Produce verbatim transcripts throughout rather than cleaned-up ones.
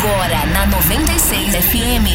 Agora na noventa e seis F M.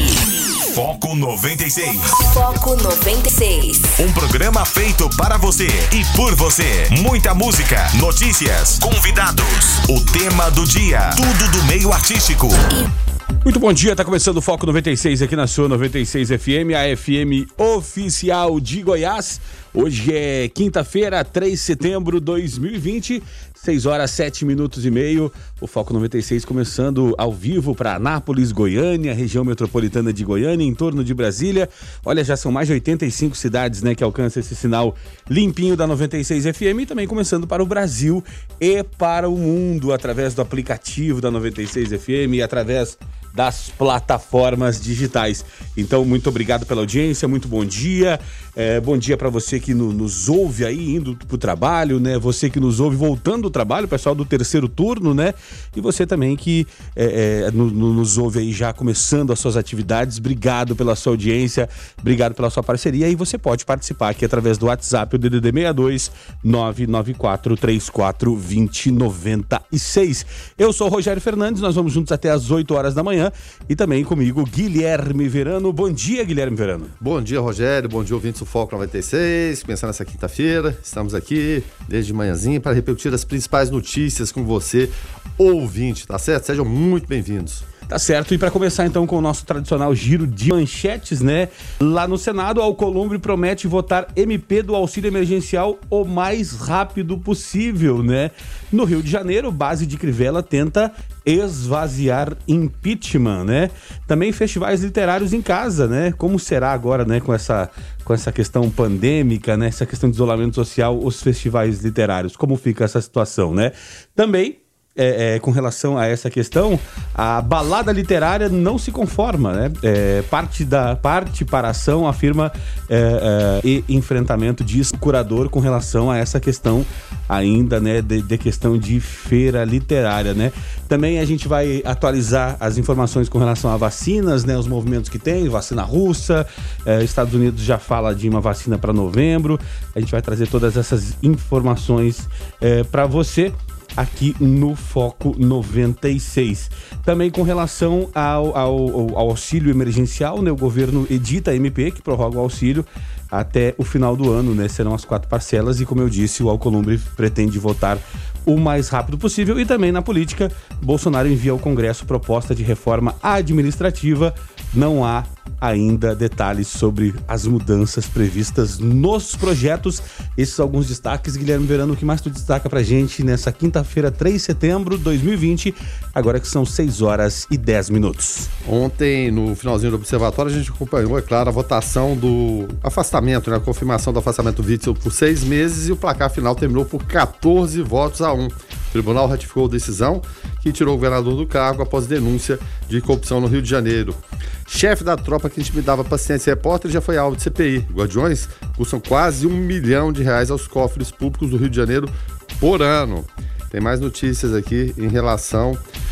Foco noventa e seis. Foco noventa e seis. Um programa feito para você e por você. Muita música, notícias, convidados, o tema do dia, tudo do meio artístico. Muito bom dia, tá começando o Foco noventa e seis aqui na sua noventa e seis F M, a F M oficial de Goiás. Hoje é quinta-feira, três de setembro de dois mil e vinte, seis horas, sete minutos e meio. O Foco noventa e seis começando ao vivo para Anápolis, Goiânia, região metropolitana de Goiânia, em torno de Brasília. Olha, já são mais de oitenta e cinco cidades, né, que alcançam esse sinal limpinho da noventa e seis F M, e também começando para o Brasil e para o mundo, através do aplicativo da noventa e seis F M e através das plataformas digitais. Então, muito obrigado pela audiência, muito bom dia. É, bom dia para você que no, nos ouve aí, indo pro trabalho, né? Você que nos ouve voltando do trabalho, pessoal do terceiro turno, né? E você também que é, é, no, no, nos ouve aí já começando as suas atividades. Obrigado pela sua audiência, obrigado pela sua parceria. E você pode participar aqui através do WhatsApp, o D D D seis dois nove nove quatro três quatro dois zero nove seis. Eu sou o Rogério Fernandes, nós vamos juntos até às oito horas da manhã. E também comigo, Guilherme Verano. Bom dia, Guilherme Verano. Bom dia, Rogério. Bom dia, ouvintes do Foco noventa e seis. Começando essa quinta-feira, estamos aqui desde manhãzinha para repercutir as principais notícias com você, ouvinte, tá certo? Sejam muito bem-vindos. Tá certo, e para começar então com o nosso tradicional giro de manchetes, né? Lá no Senado, Alcolumbre promete votar M P do auxílio emergencial o mais rápido possível, né? No Rio de Janeiro, base de Crivella tenta esvaziar impeachment, né? Também festivais literários em casa, né? Como será agora, né? Com essa, com essa questão pandêmica, né? Essa questão de isolamento social, os festivais literários, como fica essa situação, né? Também É, é, com relação a essa questão, a balada literária não se conforma, né? É, parte da parte para a ação afirma é, é, e enfrentamento diz o curador com relação a essa questão ainda, né? De, de questão de feira literária, né? Também a gente vai atualizar as informações com relação a vacinas, né? Os movimentos que tem, vacina russa, é, Estados Unidos já fala de uma vacina para novembro. A gente vai trazer todas essas informações é, para você aqui no Foco noventa e seis. Também com relação ao, ao, ao auxílio emergencial, né? O governo edita a M P que prorroga o auxílio até o final do ano, né? Serão as quatro parcelas e, como eu disse, o Alcolumbre pretende votar o mais rápido possível. E também na política, Bolsonaro envia ao Congresso proposta de reforma administrativa. Não há ainda detalhes sobre as mudanças previstas nos projetos. Esses são alguns destaques. Guilherme Verano, o que mais tu destaca pra gente nessa quinta-feira, três de setembro de dois mil e vinte, agora que são seis horas e dez minutos. Ontem, no finalzinho do observatório, a gente acompanhou, é claro, a votação do afastamento, né? A confirmação do afastamento do Witzel por seis meses, e o placar final terminou por catorze votos a um. O tribunal ratificou a decisão que tirou o governador do cargo após denúncia de corrupção no Rio de Janeiro. Chefe da tropa que intimidava pacientes e repórteres já foi alvo de C P I. Guardiões custam quase um milhão de reais aos cofres públicos do Rio de Janeiro por ano. Tem mais notícias aqui em relação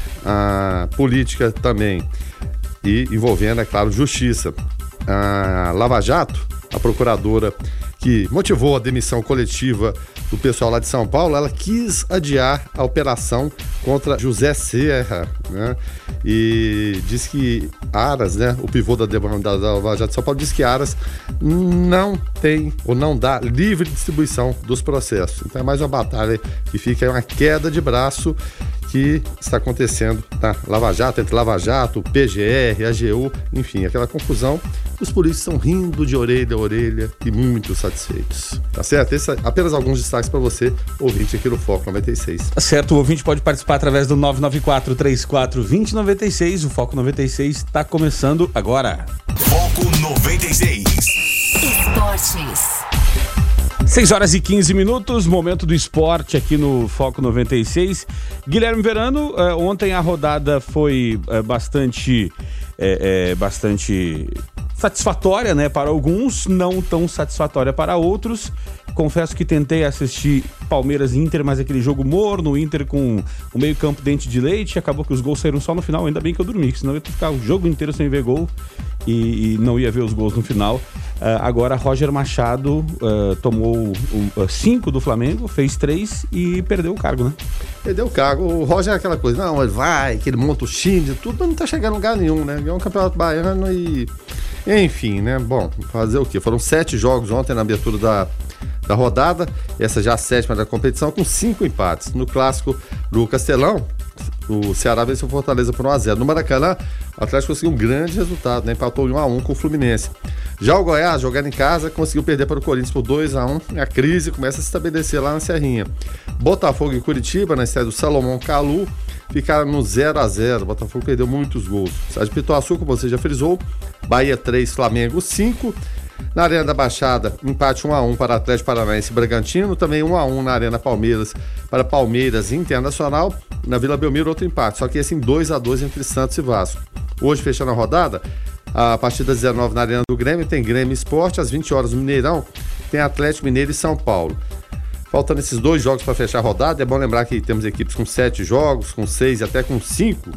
à política também. E envolvendo, é claro, justiça. A Lava Jato, a procuradora que motivou a demissão coletiva do pessoal lá de São Paulo, ela quis adiar a operação contra José Serra, né? E diz que Aras, né, o pivô da, da, da Lava Jato de São Paulo, diz que Aras não tem ou não dá livre distribuição dos processos. Então é mais uma batalha que fica, é uma queda de braço que está acontecendo na Lava Jato, entre Lava Jato, P G R, A G U, enfim, aquela confusão. Os polícios estão rindo de orelha a orelha e muito satisfeitos. Tá certo? Esse é apenas alguns destaques para você, ouvinte aqui no Foco noventa e seis. Tá certo, o ouvinte pode participar através do nove nove quatro três quatro dois zero nove seis. O Foco noventa e seis está começando agora. Foco noventa e seis. Esportes. seis horas e quinze minutos, momento do esporte aqui no Foco noventa e seis. Guilherme Verano, eh, ontem a rodada foi eh, bastante, eh, eh, bastante satisfatória, né, para alguns, não tão satisfatória para outros. Confesso que tentei assistir Palmeiras e Inter, mas aquele jogo morno, o Inter com o meio campo dente de leite, acabou que os gols saíram só no final, ainda bem que eu dormi, senão eu ia ficar o jogo inteiro sem ver gol e, e não ia ver os gols no final. Uh, agora Roger Machado uh, tomou cinco do Flamengo, fez três e perdeu o cargo, né? Perdeu o cargo. O Roger é aquela coisa, não, ele vai, que ele monta o time, tudo, mas não tá chegando em lugar nenhum, né? Ganhou um campeonato baiano e... Enfim, né? Bom, fazer o quê? Foram sete jogos ontem na abertura da, da rodada, essa já a sétima da competição, com cinco empates. No clássico do Castelão, o Ceará venceu o Fortaleza por um a zero. No Maracanã, o Atlético conseguiu um grande resultado, né? Empatou em um a um com o Fluminense. Já o Goiás, jogando em casa, conseguiu perder para o Corinthians por dois a um. A crise começa a se estabelecer lá na Serrinha. Botafogo e Curitiba, na estreia do Salomão Kalu, ficaram no zero a zero. O Botafogo perdeu muitos gols. Cidade de Pituaçu, como você já frisou, Bahia três, Flamengo cinco. Na Arena da Baixada, empate um a um para Atlético Paranaense e Bragantino. Também um a um na Arena Palmeiras para Palmeiras e Internacional. Na Vila Belmiro, outro empate, só que esse em dois a dois entre Santos e Vasco. Hoje, fechando a rodada, a partir das dezenove na Arena do Grêmio, tem Grêmio Esporte. Às vinte horas no Mineirão, tem Atlético Mineiro e São Paulo. Faltando esses dois jogos para fechar a rodada, é bom lembrar que temos equipes com sete jogos, com seis e até com cinco.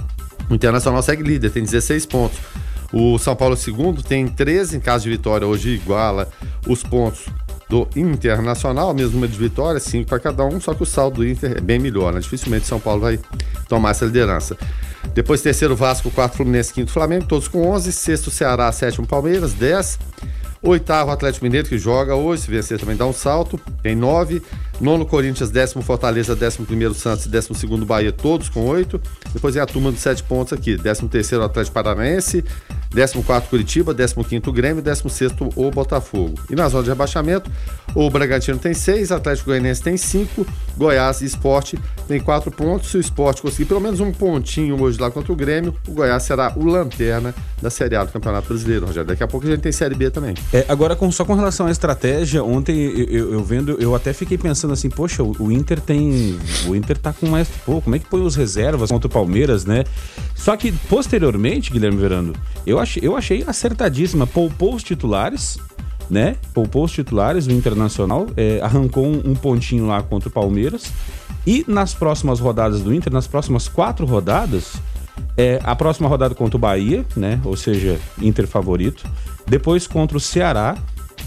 O Internacional segue líder, tem dezesseis pontos. O São Paulo segundo tem treze, em caso de vitória hoje iguala os pontos do Internacional, mesmo número de vitórias, cinco para cada um, só que o saldo do Inter é bem melhor, né? Dificilmente o São Paulo vai tomar essa liderança. Depois terceiro Vasco, quarto Fluminense, quinto Flamengo, todos com onze, sexto Ceará, sétimo Palmeiras, dez. Oitavo Atlético Mineiro, que joga hoje, se vencer também dá um salto, tem nove. Nono Corinthians, décimo Fortaleza, décimo primeiro Santos e décimo segundo Bahia, todos com oito. Depois é a turma dos sete pontos aqui, décimo terceiro Atlético Paranaense, décimo quarto Curitiba, décimo quinto Grêmio, décimo sexto o Botafogo. E na zona de rebaixamento, o Bragantino tem seis, Atlético Goianiense tem cinco, Goiás e Sport tem quatro pontos. Se o Sport conseguir pelo menos um pontinho hoje lá contra o Grêmio, o Goiás será o lanterna da Série A do Campeonato Brasileiro, Rogério. Daqui a pouco a gente tem Série B também. É, agora, com, só com relação à estratégia, ontem eu, eu, eu vendo, eu até fiquei pensando assim, poxa, o, o Inter tem... O Inter tá com mais... Pô, como é que põe os reservas contra o Palmeiras, né? Só que, posteriormente, Guilherme Verando, eu achei, eu achei acertadíssima. Poupou os titulares, né? Poupou os titulares, o Internacional, é, arrancou um, um pontinho lá contra o Palmeiras. E nas próximas rodadas do Inter, nas próximas quatro rodadas, é, a próxima rodada contra o Bahia, né? Ou seja, Inter favorito. Depois contra o Ceará.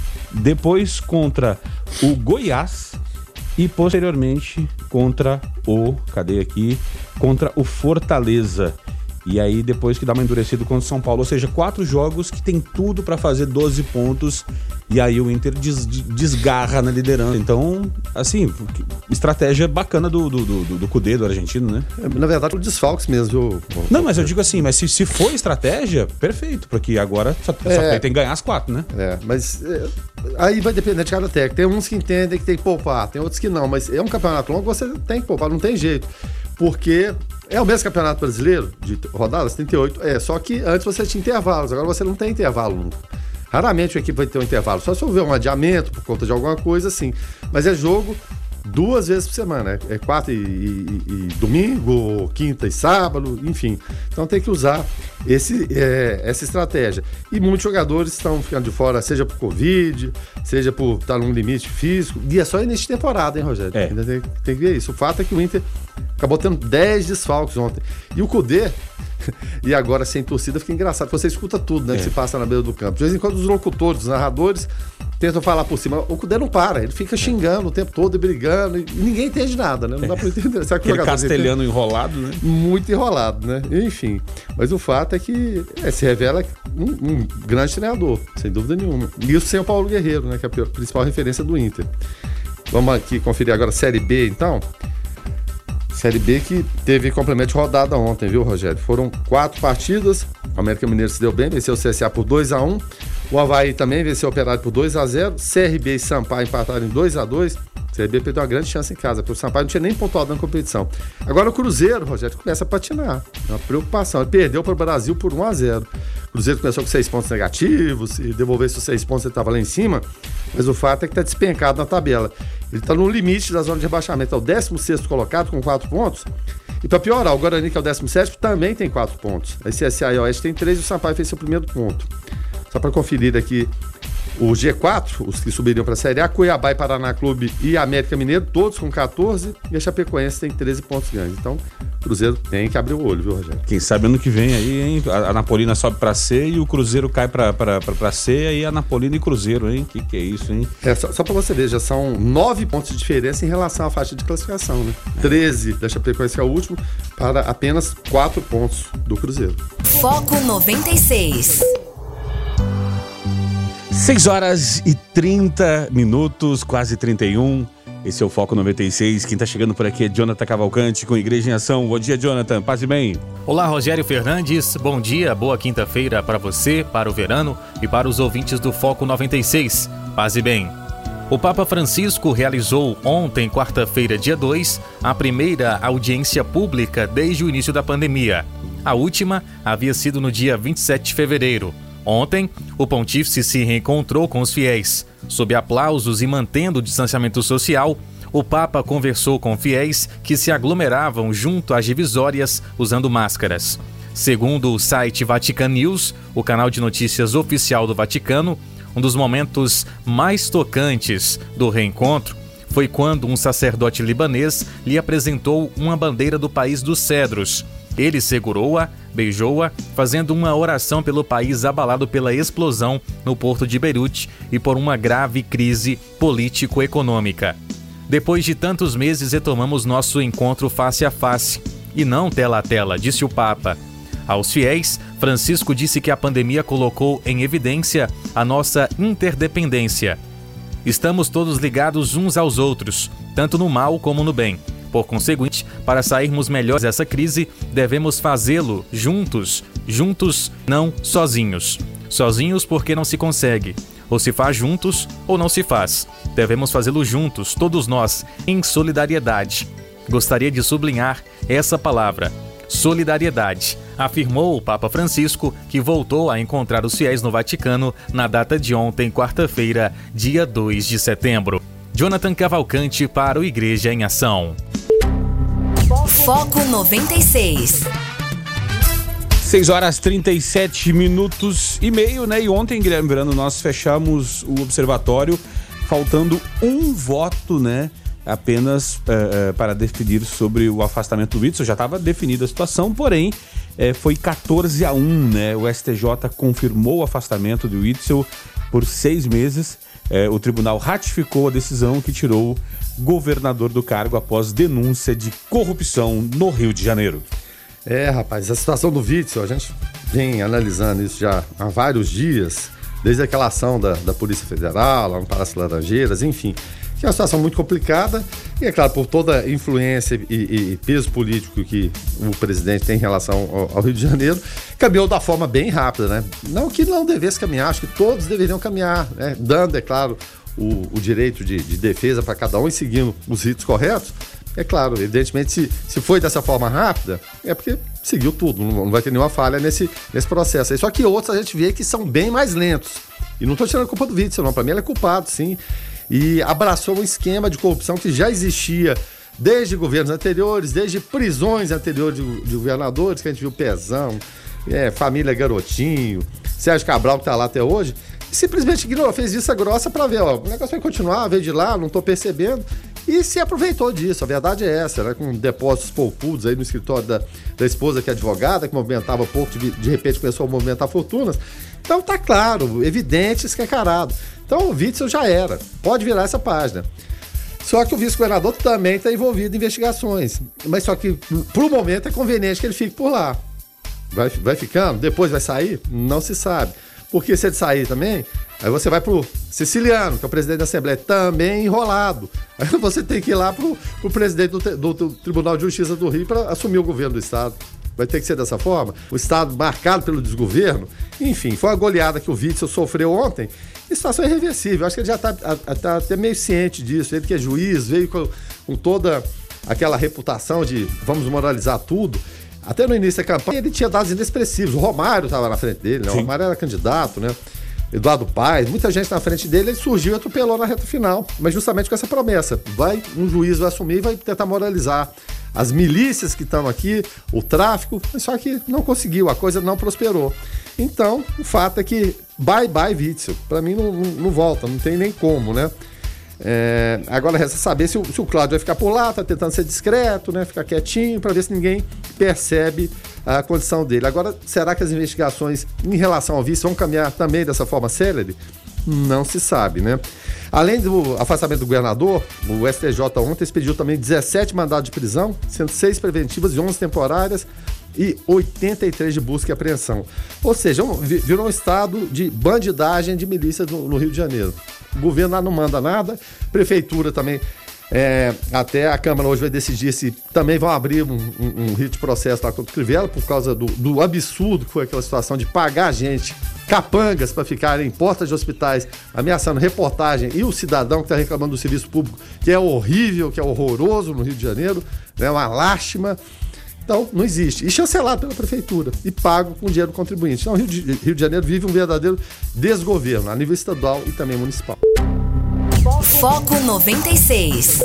Depois contra o Goiás. E posteriormente contra o... Cadê aqui? Contra o Fortaleza. E aí depois que dá uma endurecida contra o São Paulo. Ou seja, quatro jogos que tem tudo para fazer doze pontos. E aí o Inter des, desgarra na liderança. Então, assim, estratégia bacana do, do, do, do Cudê, do argentino, né? Na verdade, o desfalques mesmo, viu? Não, mas eu digo assim, mas se, se for estratégia, perfeito. Porque agora só, é, só tem que ganhar as quatro, né? É, mas é, aí vai depender de cada técnico. Tem uns que entendem que tem que poupar, tem outros que não. Mas é um campeonato longo, você tem que poupar, não tem jeito. Porque é o mesmo campeonato brasileiro, de rodadas, trinta e oito. É, só que antes você tinha intervalos, agora você não tem intervalo nunca. Raramente a equipe vai ter um intervalo, só se houver um adiamento por conta de alguma coisa assim. Mas é jogo duas vezes por semana, é quarta e, e, e domingo, quinta e sábado, enfim. Então tem que usar esse, é, essa estratégia. E muitos jogadores estão ficando de fora, seja por Covid, seja por estar num limite físico. E é só início de temporada, hein, Rogério? É. Ainda tem, tem que ver isso. O fato é que o Inter acabou tendo dez desfalques ontem. E o Cudê... E agora sem torcida fica engraçado. Você escuta tudo, né? É. Que se passa na beira do campo. De vez em quando os locutores, os narradores tentam falar por cima. O Cudê não para, ele fica xingando o tempo todo e brigando. E ninguém entende nada, né? Não dá pra entender. Sabe que aquele castelhano enrolado, né? Muito enrolado, né? Enfim. Mas o fato é que é, se revela um, um grande treinador, sem dúvida nenhuma. E isso sem o Paulo Guerreiro, né? Que é a principal referência do Inter. Vamos aqui conferir agora a Série B, então. Série B que teve complemento de rodada ontem, viu, Rogério? Foram quatro partidas, o América Mineiro se deu bem, venceu o C S A por dois a um, o Avaí também venceu o Operário por dois a zero, C R B e Sampaio empataram em dois a dois, o C R B perdeu uma grande chance em casa, porque o Sampaio não tinha nem pontuado na competição. Agora o Cruzeiro, Rogério, começa a patinar, é uma preocupação, ele perdeu para o Brasil por um a zero. O Cruzeiro começou com seis pontos negativos, se devolvesse os seis pontos ele estava lá em cima, mas o fato é que está despencado na tabela. Ele está no limite da zona de rebaixamento, é o décimo sexto colocado com quatro pontos. E para piorar, o Guarani, que é o décimo sétimo, também tem quatro pontos. A C S A e a Oeste tem três e o Sampaio fez seu primeiro ponto. Só para conferir aqui o G quatro, os que subiriam para a Série A, Cuiabá e Paraná Clube e América Mineiro, todos com catorze, e a Chapecoense tem treze pontos ganhos. Então, o Cruzeiro tem que abrir o olho, viu, Rogério? Quem sabe ano que vem aí, hein? A Anapolina sobe pra C e o Cruzeiro cai pra, pra, pra, pra C, aí Anapolina e Cruzeiro, hein? Que que é isso, hein? É, só, só pra você ver, já são nove pontos de diferença em relação à faixa de classificação, né? treze da Chapecoense, que é o último, para apenas quatro pontos do Cruzeiro. Foco noventa e seis. seis horas e trinta minutos, quase trinta e um. Esse é o Foco noventa e seis. Quem tá chegando por aqui é Jonathan Cavalcante com Igreja em Ação. Bom dia, Jonathan. Paz e bem. Olá, Rogério Fernandes. Bom dia, boa quinta-feira para você, para o Verano e para os ouvintes do Foco noventa e seis. Paz e bem. O Papa Francisco realizou ontem, quarta-feira, dia dois, a primeira audiência pública desde o início da pandemia. A última havia sido no dia vinte e sete de fevereiro. Ontem, o pontífice se reencontrou com os fiéis. Sob aplausos e mantendo o distanciamento social, o Papa conversou com fiéis que se aglomeravam junto às divisórias usando máscaras. Segundo o site Vatican News, o canal de notícias oficial do Vaticano, um dos momentos mais tocantes do reencontro foi quando um sacerdote libanês lhe apresentou uma bandeira do país dos cedros. Ele segurou-a, beijou-a, fazendo uma oração pelo país abalado pela explosão no porto de Beirute e por uma grave crise político-econômica. Depois de tantos meses, retomamos nosso encontro face a face, e não tela a tela, disse o Papa. Aos fiéis, Francisco disse que a pandemia colocou em evidência a nossa interdependência. Estamos todos ligados uns aos outros, tanto no mal como no bem. Por conseguinte, para sairmos melhores dessa crise, devemos fazê-lo juntos, juntos, não sozinhos. Sozinhos porque não se consegue. Ou se faz juntos, ou não se faz. Devemos fazê-lo juntos, todos nós, em solidariedade. Gostaria de sublinhar essa palavra, solidariedade, afirmou o Papa Francisco, que voltou a encontrar os fiéis no Vaticano na data de ontem, quarta-feira, dia dois de setembro. Jonathan Cavalcante para o Igreja em Ação. Foco noventa e seis. seis horas trinta e sete minutos e meio, né? E ontem, Guilherme Verano, nós fechamos o observatório faltando um voto, né? Apenas uh, uh, para definir sobre o afastamento do Witzel. Já estava definida a situação, porém uh, foi quatorze a um, né? O S T J confirmou o afastamento do Witzel por seis meses. Uh, o tribunal ratificou a decisão que tirou o governador do cargo após denúncia de corrupção no Rio de Janeiro. É, rapaz, a situação do Witzel, a gente vem analisando isso já há vários dias, desde aquela ação da, da Polícia Federal, lá no Palácio Laranjeiras, enfim, que é uma situação muito complicada e, é claro, por toda a influência e, e, e peso político que o presidente tem em relação ao, ao Rio de Janeiro, caminhou da forma bem rápida, né? Não que não devesse caminhar, acho que todos deveriam caminhar, né? Dando, é claro, o, o direito de, de defesa para cada um e seguindo os ritos corretos. É claro, evidentemente, se, se foi dessa forma rápida, é porque seguiu tudo, não, não vai ter nenhuma falha nesse, nesse processo aí. Só que outros a gente vê que são bem mais lentos. E não estou tirando a culpa do Witzel, não. Para mim ele é culpado, sim. E abraçou um esquema de corrupção que já existia desde governos anteriores, desde prisões anteriores de, de governadores, que a gente viu Pezão, é, família Garotinho, Sérgio Cabral, que está lá até hoje, e simplesmente ignorou, fez vista grossa para ver, ó, o negócio vai continuar, veio de lá, não estou percebendo, e se aproveitou disso. A verdade é essa, né? Com depósitos poupudos aí no escritório da, da esposa, que é advogada, que movimentava pouco, de, de repente começou a movimentar fortunas. Então tá claro, evidente, escancarado. Então o Witzel já era, pode virar essa página. Só que o vice-governador também está envolvido em investigações. Mas só que, por um momento, é conveniente que ele fique por lá. Vai, vai ficando? Depois vai sair? Não se sabe. Porque se ele sair também, aí você vai pro Siciliano, que é o presidente da Assembleia, também enrolado. Aí você tem que ir lá pro, pro presidente do, do, do Tribunal de Justiça do Rio para assumir o governo do Estado. Vai ter que ser dessa forma. O Estado marcado pelo desgoverno. Enfim, foi uma goleada que o Witzel sofreu ontem. E situação irreversível. Acho que ele já está tá até meio ciente disso. Ele que é juiz, veio com, com toda aquela reputação de vamos moralizar tudo. Até no início da campanha ele tinha dados inexpressivos. O Romário estava na frente dele, né? O Romário era candidato, né? Eduardo Paes, muita gente na frente dele, ele surgiu e atropelou na reta final. Mas justamente com essa promessa. Vai, um juiz vai assumir e vai tentar moralizar as milícias que estão aqui, o tráfico, só que não conseguiu, a coisa não prosperou. Então, o fato é que bye bye Witzel. Para mim não, não, não volta, não tem nem como, né? É, agora resta saber se o, se o Cláudio vai ficar por lá, tá tentando ser discreto, né? Ficar quietinho para ver se ninguém percebe a condição dele. Agora, será que as investigações em relação ao vice vão caminhar também dessa forma célere? Não se sabe, né? Além do afastamento do governador, o S T J ontem expediu também dezessete mandados de prisão, sendo seis preventivas e onze temporárias e oitenta e três de busca e apreensão. Ou seja, virou um estado de bandidagem de milícias no, no Rio de Janeiro. O governo lá não manda nada, prefeitura também, é, até a Câmara hoje vai decidir se também vão abrir um, um, um rito de processo lá contra o Crivella por causa do, do absurdo que foi aquela situação de pagar gente, capangas para ficarem em portas de hospitais ameaçando reportagem e o cidadão que está reclamando do serviço público, que é horrível, que é horroroso no Rio de Janeiro, é né, uma lástima. Então, não existe. E chancelado pela prefeitura e pago com dinheiro do contribuinte. Então, o Rio de, Rio de Janeiro vive um verdadeiro desgoverno a nível estadual e também municipal. Foco noventa e seis.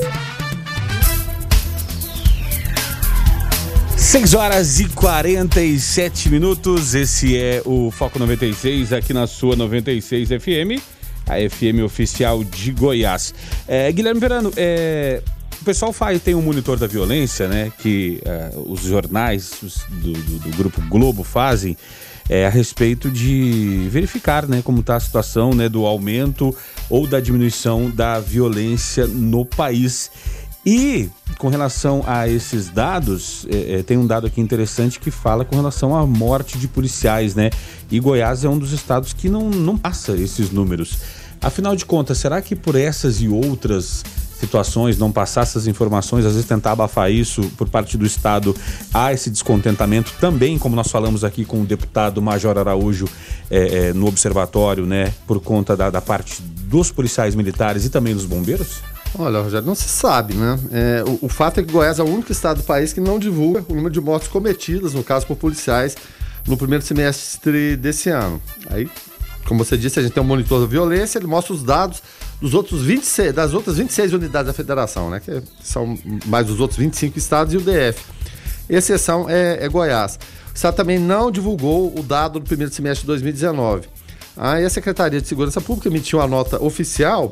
seis horas e quarenta e sete minutos. Esse é o Foco noventa e seis aqui na sua noventa e seis F M, a F M oficial de Goiás. É, Guilherme Verano, é... o pessoal faz, tem um monitor da violência, né, que uh, os jornais os, do, do, do Grupo Globo fazem é, a respeito de verificar, né, como está a situação, né, do aumento ou da diminuição da violência no país. E com relação a esses dados, é, é, tem um dado aqui interessante que fala com relação à morte de policiais, né? E Goiás é um dos estados que não, não passa esses números. Afinal de contas, será que por essas e outras situações, não passar essas informações, às vezes tentar abafar isso por parte do Estado, há esse descontentamento também, como nós falamos aqui com o deputado Major Araújo é, é, no observatório, né, por conta da, da parte dos policiais militares e também dos bombeiros? Olha, Rogério, não se sabe, né? É, o, o fato é que Goiás é o único estado do país que não divulga o número de mortes cometidas, no caso por policiais, no primeiro semestre desse ano. Aí, como você disse, a gente tem um monitor da violência, ele mostra os dados dos outros vinte e seis, das outras vinte e seis unidades da federação, né? Que são mais os outros vinte e cinco estados e o D F. Exceção é, é Goiás. O estado também não divulgou o dado do primeiro semestre de dois mil e dezenove. Aí a Secretaria de Segurança Pública emitiu uma nota oficial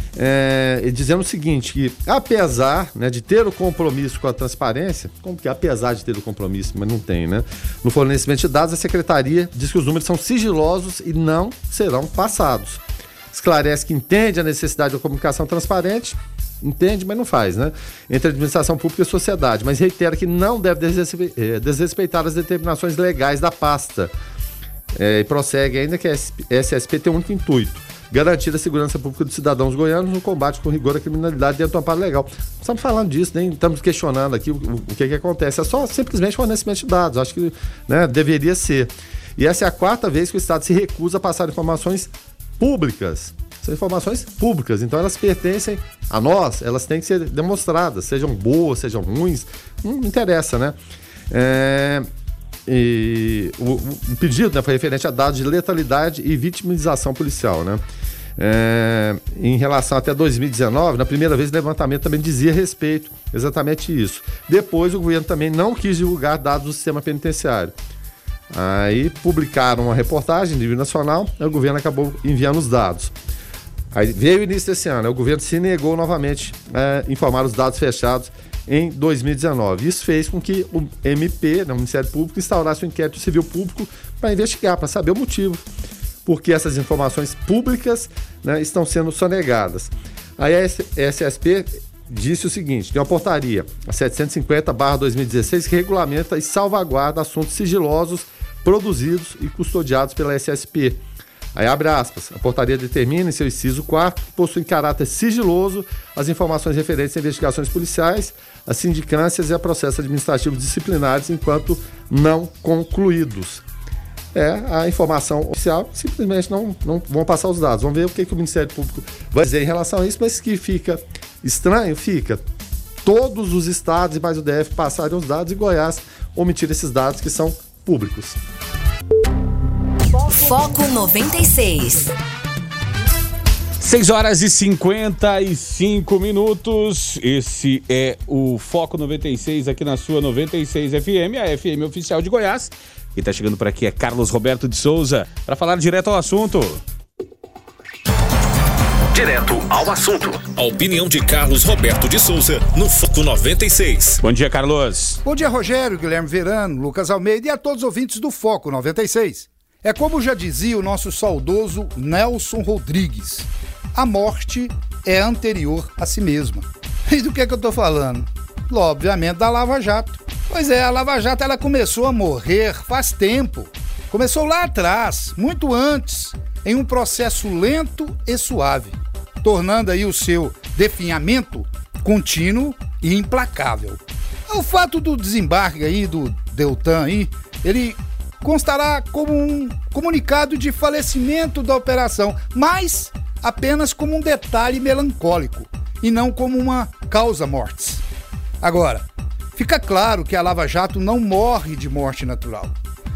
é, dizendo o seguinte, que apesar, né, de ter o compromisso com a transparência, como que apesar de ter o compromisso, mas não tem, né? No fornecimento de dados, a Secretaria diz que os números são sigilosos e não serão passados. Esclarece que entende a necessidade da comunicação transparente, entende, mas não faz, né? Entre a administração pública e a sociedade, mas reitera que não deve desrespeitar as determinações legais da pasta. É, e prossegue ainda que a S S P tem um único intuito: garantir a segurança pública dos cidadãos goianos no combate com rigor à criminalidade dentro do amparo legal. Não estamos falando disso, nem estamos questionando aqui o, o, o que, que acontece. É só simplesmente fornecimento de dados. Acho que, né, deveria ser. E essa é a quarta vez que o Estado se recusa a passar informações públicas. São informações públicas, então elas pertencem a nós, elas têm que ser demonstradas, sejam boas, sejam ruins, não interessa, né? É... E o, o pedido, né, foi referente a dados de letalidade e vitimização policial, né? É, em relação até dois mil e dezenove, na primeira vez o levantamento também dizia respeito exatamente isso. Depois o governo também não quis divulgar dados do sistema penitenciário. Aí publicaram uma reportagem de nível nacional, aí o governo acabou enviando os dados. Aí veio o início desse ano, aí o governo se negou novamente a informar os dados fechados em dois mil e dezenove. Isso fez com que o M P, né, o Ministério Público, instaurasse um inquérito civil público para investigar, para saber o motivo, porque essas informações públicas, né, estão sendo sonegadas. Aí a S S P disse o seguinte: tem uma portaria, a setecentos e cinquenta barra dois mil e dezesseis, que regulamenta e salvaguarda assuntos sigilosos produzidos e custodiados pela S S P. Aí abre aspas, a portaria determina em seu inciso quarto que possuem caráter sigiloso as informações referentes a investigações policiais, a sindicâncias e a processos administrativos disciplinares enquanto não concluídos. É, a informação oficial simplesmente não, não vão passar os dados. Vamos ver o que, que o Ministério Público vai dizer em relação a isso, mas que fica estranho, fica todos os estados e mais o D F passarem os dados e Goiás omitir esses dados que são públicos. Foco noventa e seis. seis horas e cinquenta e cinco minutos. Esse é o Foco noventa e seis aqui na sua noventa e seis F M, a F M oficial de Goiás. Quem está chegando por aqui é Carlos Roberto de Souza, para falar direto ao assunto. Direto ao assunto. A opinião de Carlos Roberto de Souza no Foco noventa e seis. Bom dia, Carlos. Bom dia, Rogério, Guilherme Verano, Lucas Almeida e a todos os ouvintes do Foco noventa e seis. É como já dizia o nosso saudoso Nelson Rodrigues: a morte é anterior a si mesma. E do que é que eu tô falando? Obviamente da Lava Jato. Pois é, a Lava Jato ela começou a morrer faz tempo. Começou lá atrás, muito antes, em um processo lento e suave, tornando aí o seu definhamento contínuo e implacável. O fato do desembarque aí do Deltan aí, ele constará como um comunicado de falecimento da operação, mas apenas como um detalhe melancólico e não como uma causa mortis. Agora, fica claro que a Lava Jato não morre de morte natural.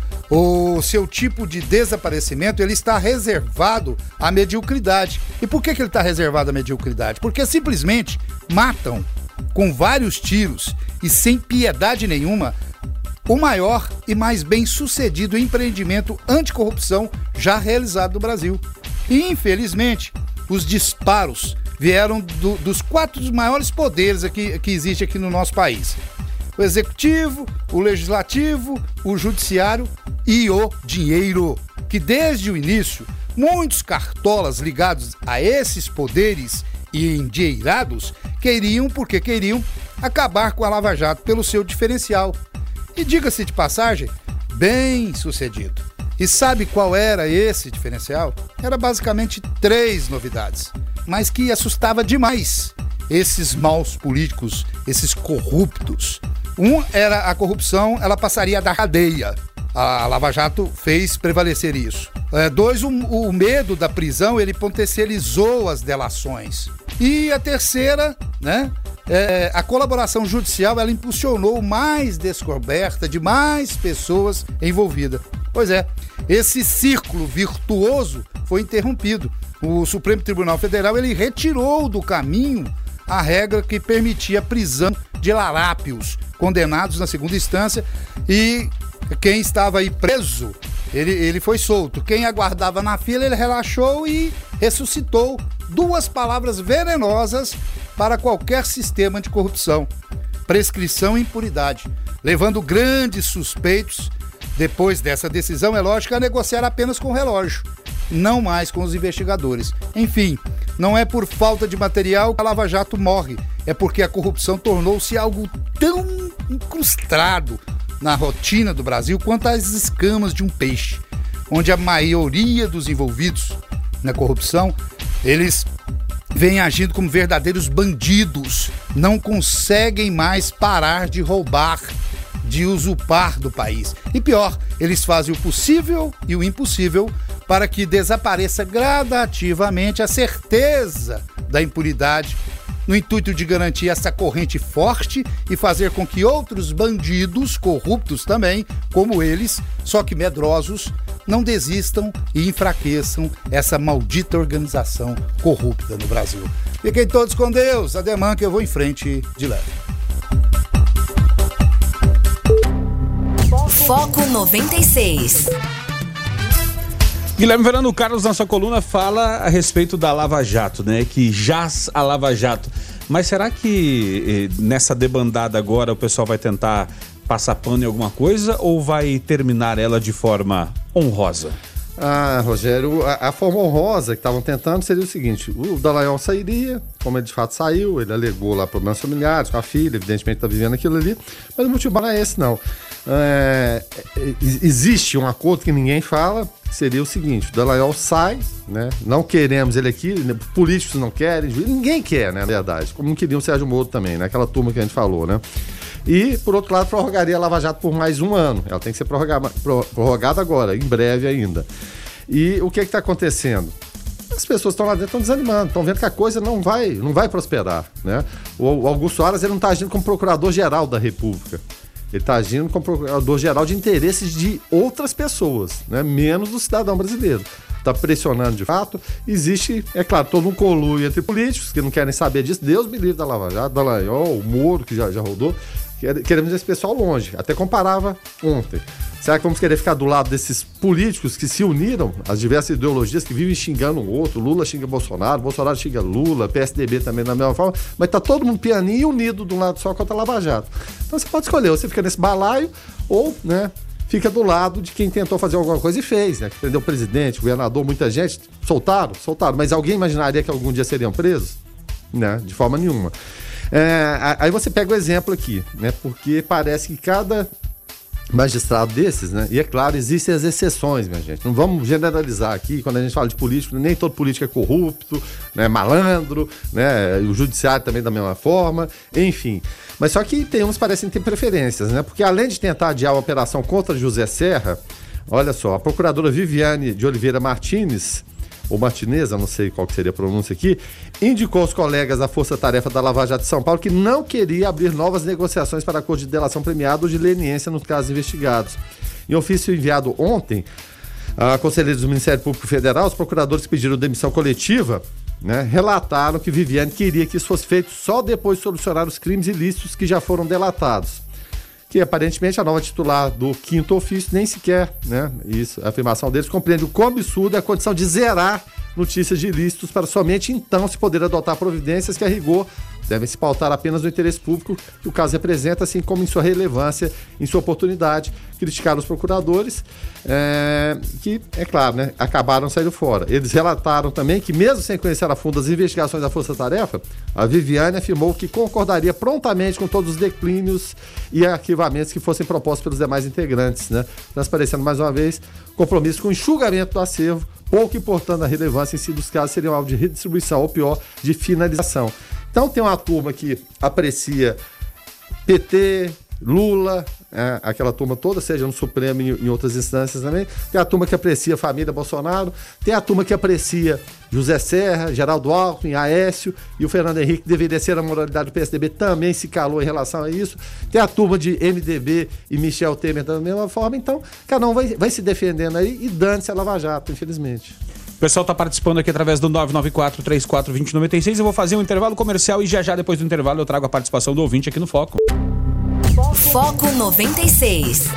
O seu tipo de desaparecimento ele está reservado à mediocridade. E por que, que ele está reservado à mediocridade? Porque simplesmente matam com vários tiros e sem piedade nenhuma o maior e mais bem-sucedido empreendimento anticorrupção já realizado no Brasil. E, infelizmente, os disparos vieram do, dos quatro maiores poderes aqui, que existem aqui no nosso país: o executivo, o legislativo, o judiciário e o dinheiro, que desde o início, muitos cartolas ligados a esses poderes e endinheirados queriam, porque queriam, acabar com a Lava Jato pelo seu diferencial. E diga-se de passagem, bem sucedido. E sabe qual era esse diferencial? Era basicamente três novidades, mas que assustava demais esses maus políticos, esses corruptos. Um era a corrupção, ela passaria da cadeia. A Lava Jato fez prevalecer isso. É, dois, o, o medo da prisão, ele potencializou as delações. E a terceira, né, é, a colaboração judicial, ela impulsionou mais descoberta de mais pessoas envolvidas. Pois é, esse círculo virtuoso foi interrompido. O Supremo Tribunal Federal, ele retirou do caminho a regra que permitia a prisão de larápios condenados na segunda instância, e quem estava aí preso, ele, ele foi solto. Quem aguardava na fila, ele relaxou e ressuscitou duas palavras venenosas para qualquer sistema de corrupção: prescrição e impunidade, levando grandes suspeitos, depois dessa decisão, é lógico, a negociar apenas com o relógio, não mais com os investigadores. Enfim, não é por falta de material que a Lava Jato morre, é porque a corrupção tornou-se algo tão incrustado na rotina do Brasil quanto as escamas de um peixe, onde a maioria dos envolvidos na corrupção, eles vêm agindo como verdadeiros bandidos, não conseguem mais parar de roubar, de usurpar do país. E pior, eles fazem o possível e o impossível para que desapareça gradativamente a certeza da impunidade, no intuito de garantir essa corrente forte e fazer com que outros bandidos corruptos também, como eles, só que medrosos, não desistam e enfraqueçam essa maldita organização corrupta no Brasil. Fiquem todos com Deus, ademã que eu vou em frente de leve. Foco noventa e seis. Guilherme Verano, o Carlos, na sua coluna, fala a respeito da Lava Jato, né? Que jaz a Lava Jato. Mas será que eh, nessa debandada agora o pessoal vai tentar passar pano em alguma coisa ou vai terminar ela de forma honrosa? Ah, Rogério, a, a forma honrosa que estavam tentando seria o seguinte: o Dallagnol sairia, como ele de fato saiu, ele alegou lá problemas familiares com a filha, evidentemente está vivendo aquilo ali, mas o motivo não é esse, não. É, existe um acordo que ninguém fala, que seria o seguinte: o Dallagnol sai, né? Não queremos ele aqui, políticos não querem, ninguém quer, né, na verdade, como não queriam o Sérgio Moro também, né? Aquela turma que a gente falou, né? E, por outro lado, prorrogaria a Lava Jato por mais um ano. Ela tem que ser prorrogada, prorrogada agora, em breve ainda. E o que é que está acontecendo? As pessoas estão lá dentro, estão desanimando, estão vendo que a coisa não vai, não vai prosperar, né? O Augusto Aras, ele não está agindo como procurador-geral da República. Ele está agindo como procurador-geral de interesses de outras pessoas, né? Menos do cidadão brasileiro. Está pressionando de fato. Existe, é claro, todo um conluio entre políticos que não querem saber disso. Deus me livre da Lava Jato, Dallagnol, o Moro, que já, já rodou. queremos esse pessoal longe. Até comparava ontem. Será que vamos querer ficar do lado desses políticos que se uniram, as diversas ideologias que vivem xingando um outro? Lula xinga Bolsonaro, Bolsonaro xinga Lula, P S D B também da mesma forma, mas tá todo mundo pianinho e unido de um lado só contra a Lava Jato. Então você pode escolher, ou você fica nesse balaio, ou, né, fica do lado de quem tentou fazer alguma coisa e fez, né? Que prendeu o presidente, o governador, muita gente, soltaram, soltaram, mas alguém imaginaria que algum dia seriam presos? Né? De forma nenhuma. É, aí você pega o exemplo aqui, né? Porque parece que cada magistrado desses, né? E é claro, existem as exceções, minha gente. Não vamos generalizar aqui, quando a gente fala de político, nem todo político é corrupto, né? Malandro, né? O judiciário também da mesma forma, enfim. Mas só que tem uns que parecem ter preferências, né? Porque além de tentar adiar a operação contra José Serra, olha só, a procuradora Viviane de Oliveira Martins, ou Martineza, não sei qual que seria a pronúncia aqui, indicou aos colegas da Força Tarefa da Lava Jato de São Paulo que não queria abrir novas negociações para acordo de delação premiada ou de leniência nos casos investigados. Em ofício enviado ontem a conselheiros do Ministério Público Federal, os procuradores que pediram demissão coletiva, né, relataram que Viviane queria que isso fosse feito só depois de solucionar os crimes ilícitos que já foram delatados. Que aparentemente a nova titular do quinto ofício nem sequer, né, isso, a afirmação deles compreende o quão absurda é a condição de zerar notícias de ilícitos para somente então se poder adotar providências que a rigor devem se pautar apenas no interesse público que o caso representa, assim como em sua relevância, em sua oportunidade. Criticaram os procuradores, é, que, é claro, né, acabaram saindo fora. Eles relataram também que, mesmo sem conhecer a fundo as investigações da Força Tarefa, a Viviane afirmou que concordaria prontamente com todos os declínios e arquivamentos que fossem propostos pelos demais integrantes, né, transparecendo mais uma vez compromisso com o enxugamento do acervo, pouco importando a relevância em si dos casos seriam alvo de redistribuição, ou pior, de finalização. Então tem uma turma que aprecia P T, Lula, é, aquela turma toda, seja no Supremo e em outras instâncias também. Tem a turma que aprecia a família Bolsonaro, tem a turma que aprecia José Serra, Geraldo Alckmin, Aécio e o Fernando Henrique, que deveria ser a moralidade do P S D B, também se calou em relação a isso. Tem a turma de M D B e Michel Temer da mesma forma. Então, cada um vai, vai se defendendo aí e dane-se a Lava Jato, infelizmente. O pessoal está participando aqui através do nove nove quatro, três quatro dois zero nove seis. Eu vou fazer um intervalo comercial e já já depois do intervalo eu trago a participação do ouvinte aqui no Foco. Foco noventa e seis.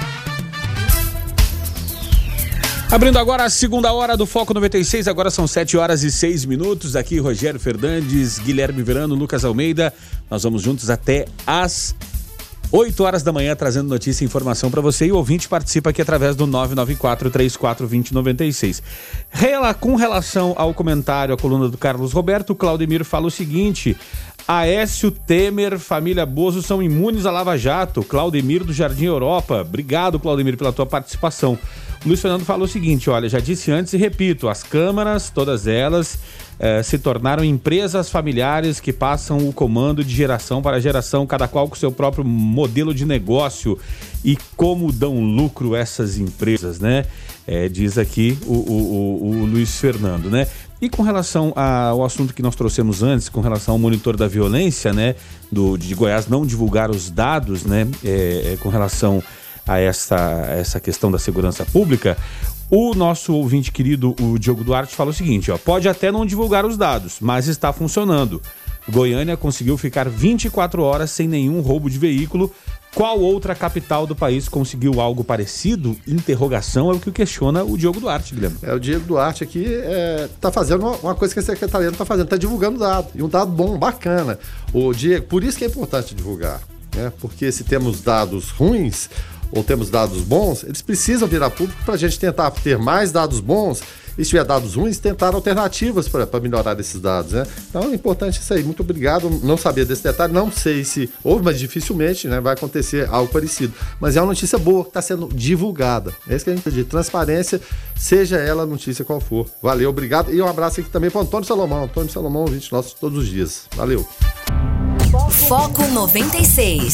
Abrindo agora a segunda hora do Foco noventa e seis, agora são sete horas e seis minutos. Aqui Rogério Fernandes, Guilherme Verano, Lucas Almeida. Nós vamos juntos até às oito horas da manhã, trazendo notícia e informação para você. E o ouvinte participa aqui através do nove nove quatro, três quatro dois zero nove seis. Rela, com relação ao comentário, à coluna do Carlos Roberto, o Claudemir fala o seguinte: Aécio, Temer, família Bozo são imunes à Lava Jato. Claudemir do Jardim Europa. Obrigado, Claudemir, pela tua participação. O Luiz Fernando falou o seguinte: olha, já disse antes e repito, as câmaras, todas elas, eh, se tornaram empresas familiares que passam o comando de geração para geração, cada qual com o seu próprio modelo de negócio. E como dão lucro essas empresas, né? É, diz aqui o, o, o, o Luiz Fernando, né? E com relação ao assunto que nós trouxemos antes, com relação ao monitor da violência, né? Do, de Goiás não divulgar os dados, né? É, é, com relação a essa, essa questão da segurança pública, o nosso ouvinte querido, o Diogo Duarte, fala o seguinte, ó: pode até não divulgar os dados, mas está funcionando. Goiânia conseguiu ficar vinte e quatro horas sem nenhum roubo de veículo. Qual outra capital do país conseguiu algo parecido? Interrogação é o que questiona o Diogo Duarte, Guilherme. É, o Diogo Duarte aqui está é, fazendo uma, uma coisa que a Secretaria não está fazendo, está divulgando dado, e um dado bom, bacana. O Diego, por isso que é importante divulgar, né? Porque se temos dados ruins ou temos dados bons, eles precisam virar público para a gente tentar ter mais dados bons. E se tiver dados ruins, tentar alternativas para melhorar esses dados, né? Então é importante isso aí. Muito obrigado. Não sabia desse detalhe, não sei se houve, mas dificilmente, né, vai acontecer algo parecido. Mas é uma notícia boa que está sendo divulgada. É isso que a gente pede. Transparência, seja ela a notícia qual for. Valeu, obrigado. E um abraço aqui também para o Antônio Salomão. Antônio Salomão, ouvinte nosso todos os dias. Valeu. Foco noventa e seis.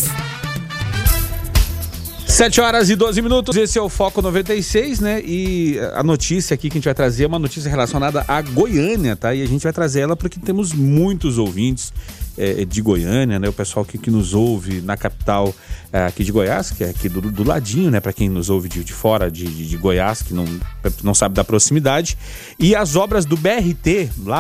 sete horas e doze minutos, esse é o Foco noventa e seis, né? E a notícia aqui que a gente vai trazer é uma notícia relacionada a Goiânia, tá? E a gente vai trazer ela porque temos muitos ouvintes é, de Goiânia, né? O pessoal que, que nos ouve na capital é, aqui de Goiás, que é aqui do, do ladinho, né? Para quem nos ouve de, de fora de, de, de Goiás, que não, não sabe da proximidade. E as obras do B R T lá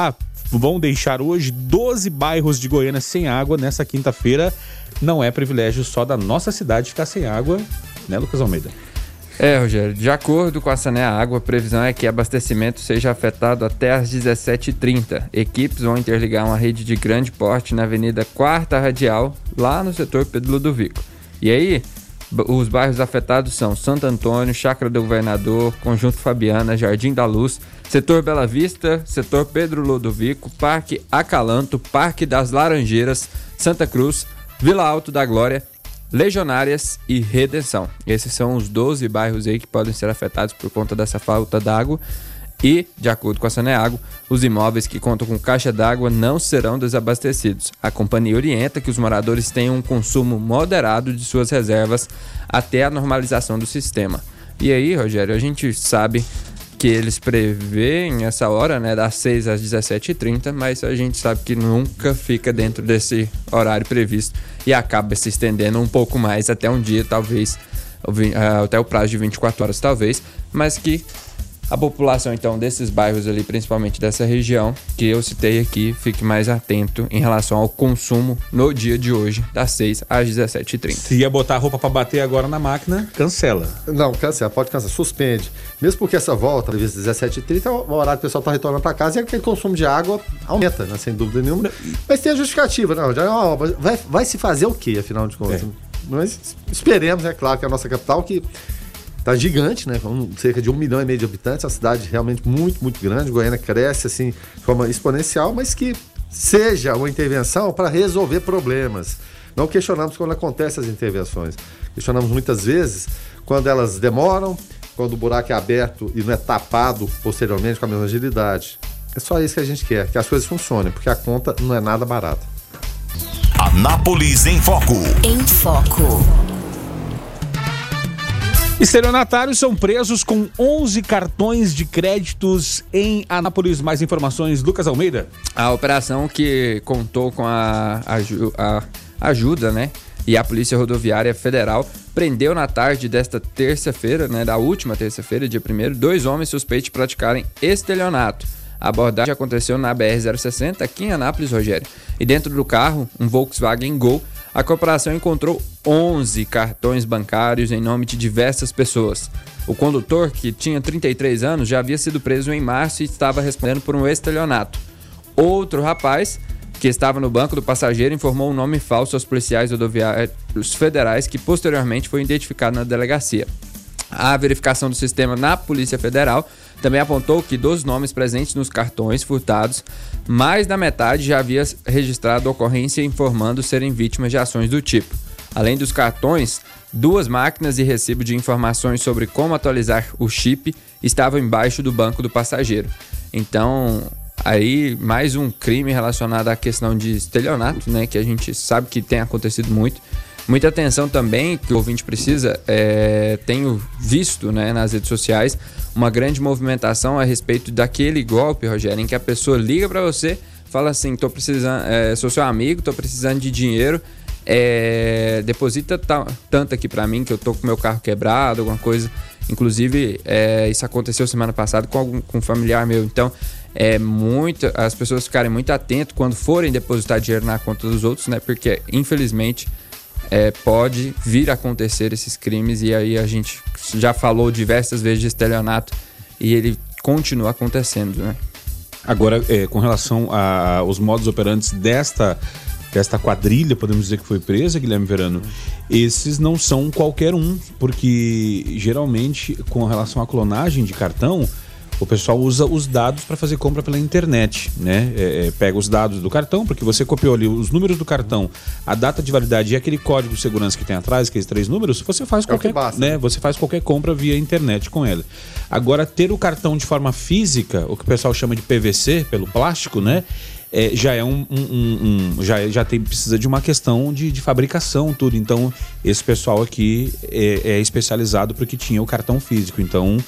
vão deixar hoje doze bairros de Goiânia sem água nessa quinta-feira. Não é privilégio só da nossa cidade ficar sem água, né, Lucas Almeida? É, Rogério, de acordo com a Saneago, a previsão é que abastecimento seja afetado até às dezessete e trinta. Equipes vão interligar uma rede de grande porte na Avenida Quarta Radial, lá no setor Pedro Ludovico. E aí, os bairros afetados são Santo Antônio, Chácara do Governador, Conjunto Fabiana, Jardim da Luz, setor Bela Vista, setor Pedro Ludovico, Parque Acalanto, Parque das Laranjeiras, Santa Cruz, Vila Alto da Glória, Legionárias e Redenção. Esses são os doze bairros aí que podem ser afetados por conta dessa falta d'água. E, de acordo com a Saneago, os imóveis que contam com caixa d'água não serão desabastecidos. A companhia orienta que os moradores tenham um consumo moderado de suas reservas até a normalização do sistema. E aí, Rogério, a gente sabe que eles prevêem essa hora, né, das seis às dezessete e trinta, mas a gente sabe que nunca fica dentro desse horário previsto e acaba se estendendo um pouco mais até um dia, talvez, até o prazo de vinte e quatro horas, talvez, mas que a população, então, desses bairros ali, principalmente dessa região que eu citei aqui, fique mais atento em relação ao consumo no dia de hoje, das seis às dezessete e trinta. Se ia botar a roupa pra bater agora na máquina, cancela. Não, cancela, pode cancelar, suspende. Mesmo porque essa volta, às vezes dezessete e trinta, é o horário que o pessoal tá retornando pra casa e aquele consumo de água aumenta, né? Sem dúvida nenhuma. Mas tem a justificativa, né? Vai, vai se fazer o quê, afinal de contas? É. Mas esperemos, é claro, que a nossa capital, que tá gigante, né? Com cerca de um milhão e meio de habitantes, uma cidade realmente muito, muito grande. Goiânia cresce assim de forma exponencial, mas que seja uma intervenção para resolver problemas. Não questionamos quando acontecem as intervenções. Questionamos muitas vezes quando elas demoram, quando o buraco é aberto e não é tapado posteriormente com a mesma agilidade. É só isso que a gente quer, que as coisas funcionem, porque a conta não é nada barata. Anápolis em Foco. Em Foco. Estelionatários são presos com onze cartões de créditos em Anápolis. Mais informações, Lucas Almeida. A operação, que contou com a, a, a ajuda, né, e a Polícia Rodoviária Federal, prendeu na tarde desta terça-feira, né, da última terça-feira, dia primeiro, dois homens suspeitos de praticarem estelionato. A abordagem aconteceu na B R zero sessenta, aqui em Anápolis, Rogério. E dentro do carro, um Volkswagen Gol, a corporação encontrou onze cartões bancários em nome de diversas pessoas. O condutor, que tinha trinta e três anos, já havia sido preso em março e estava respondendo por um estelionato. Outro rapaz, que estava no banco do passageiro, informou um nome falso aos policiais rodoviários federais, que posteriormente foi identificado na delegacia. A verificação do sistema na Polícia Federal também apontou que dos nomes presentes nos cartões furtados, mais da metade já havia registrado ocorrência informando serem vítimas de ações do tipo. Além dos cartões, duas máquinas e recibo de informações sobre como atualizar o chip estavam embaixo do banco do passageiro. Então, aí mais um crime relacionado à questão de estelionato, né, que a gente sabe que tem acontecido muito. Muita atenção também, que o ouvinte precisa, é, tenho visto, né, nas redes sociais uma grande movimentação a respeito daquele golpe, Rogério, em que a pessoa liga para você, fala assim, tô precisando, é, sou seu amigo, tô precisando de dinheiro, é, deposita t- tanto aqui para mim que eu tô com meu carro quebrado, alguma coisa. Inclusive, é, isso aconteceu semana passada com, algum, com um familiar meu. Então, é muito, as pessoas ficarem muito atentas quando forem depositar dinheiro na conta dos outros, né? Porque, infelizmente, É, pode vir a acontecer esses crimes, e aí a gente já falou diversas vezes de estelionato e ele continua acontecendo, né? Agora, é, com relação aos modos operantes desta, desta quadrilha, podemos dizer que foi presa, Guilherme Verano, esses não são qualquer um, porque geralmente, com relação à clonagem de cartão, o pessoal usa os dados para fazer compra pela internet, né? É, é, pega os dados do cartão, porque você copiou ali os números do cartão, a data de validade e aquele código de segurança que tem atrás, aqueles três números, você faz qualquer, é basta, né? Você faz qualquer compra via internet com ela. Agora, ter o cartão de forma física, o que o pessoal chama de P V C, pelo plástico, né? É, já é um, um, um, um já, já tem, precisa de uma questão de, de fabricação, tudo. Então, esse pessoal aqui é, é especializado porque tinha o cartão físico. Então,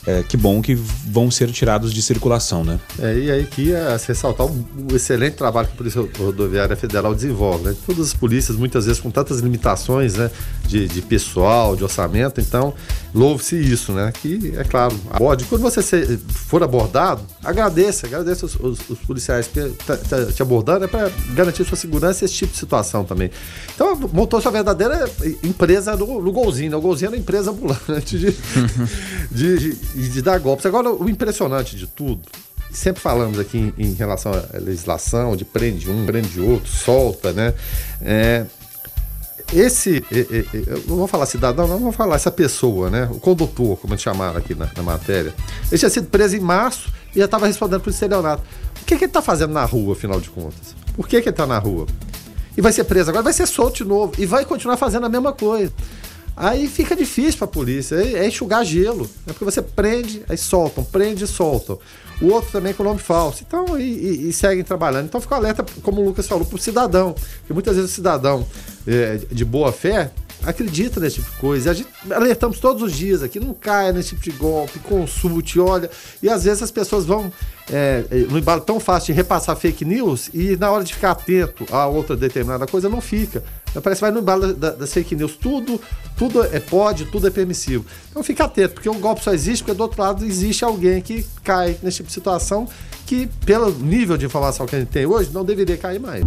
é, que bom que vão ser tirados de circulação, né? É, e aí que é se ressaltar o, o excelente trabalho que a Polícia Rodoviária Federal desenvolve, né? Todas as polícias, muitas vezes, com tantas limitações, né? De, de pessoal, de orçamento, então, louve-se isso, né? Que, é claro, aborde. Quando você ser, for abordado, agradeça, agradeça os, os, os policiais que tá, tá te abordando, é para garantir sua segurança e esse tipo de situação também. Então, montou sua verdadeira empresa no, no Golzinho, né? O Golzinho era uma empresa ambulante de, de, de, de dar golpes. Agora, o impressionante de tudo, sempre falamos aqui em, em relação à legislação, de prende um, prende outro, solta, né? É, esse, eu não vou falar cidadão, não vou falar essa pessoa, né? O condutor, como eles chamaram aqui na, na matéria. Ele tinha sido preso em março e já estava respondendo por estelionato. O que, que ele está fazendo na rua, afinal de contas? Por que, que ele está na rua? E vai ser preso agora, vai ser solto de novo e vai continuar fazendo a mesma coisa. Aí fica difícil para a polícia, é enxugar gelo, né? Porque você prende, aí soltam, prende e soltam. O outro também com nome falso. Então, e, e, e seguem trabalhando. Então, fica alerta, como o Lucas falou, para o cidadão. Porque muitas vezes o cidadão é, de boa fé acredita nesse tipo de coisa. E a gente alertamos todos os dias aqui, não caia nesse tipo de golpe, consulte, olha. E às vezes as pessoas vão é, no embalo tão fácil de repassar fake news e na hora de ficar atento a outra determinada coisa, não fica. Parece que vai no embalo das da fake news. Tudo, tudo é pode, tudo é permissivo. Então fica atento, porque o golpe só existe porque do outro lado existe alguém que cai nesse tipo de situação que, pelo nível de informação que a gente tem hoje, não deveria cair mais.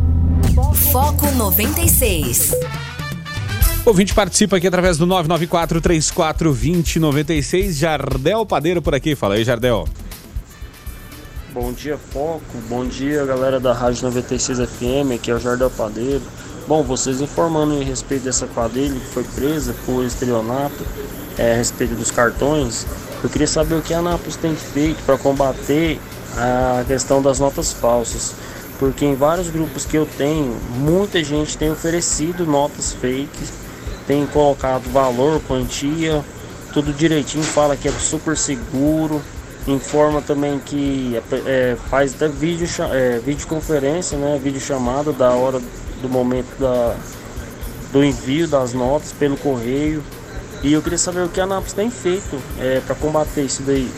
Foco noventa e seis. O ouvinte participa aqui através do nove nove quatro, três quatro dois zero, nove seis. Jardel Padeiro por aqui. Fala aí, Jardel. Bom dia, Foco. Bom dia, galera da Rádio noventa e seis F M. Aqui é o Jardel Padeiro. Bom, vocês informando em respeito dessa quadrilha que foi presa por estelionato, é, a respeito dos cartões, eu queria saber o que a Anápolis tem feito para combater a questão das notas falsas. Porque em vários grupos que eu tenho, muita gente tem oferecido notas fakes, tem colocado valor, quantia, tudo direitinho, fala que é super seguro, informa também que é, faz até vídeo, é, videoconferência, né, videochamada da hora do momento da, do envio das notas pelo correio. E eu queria saber o que a Anápolis tem feito é, para combater isso daí.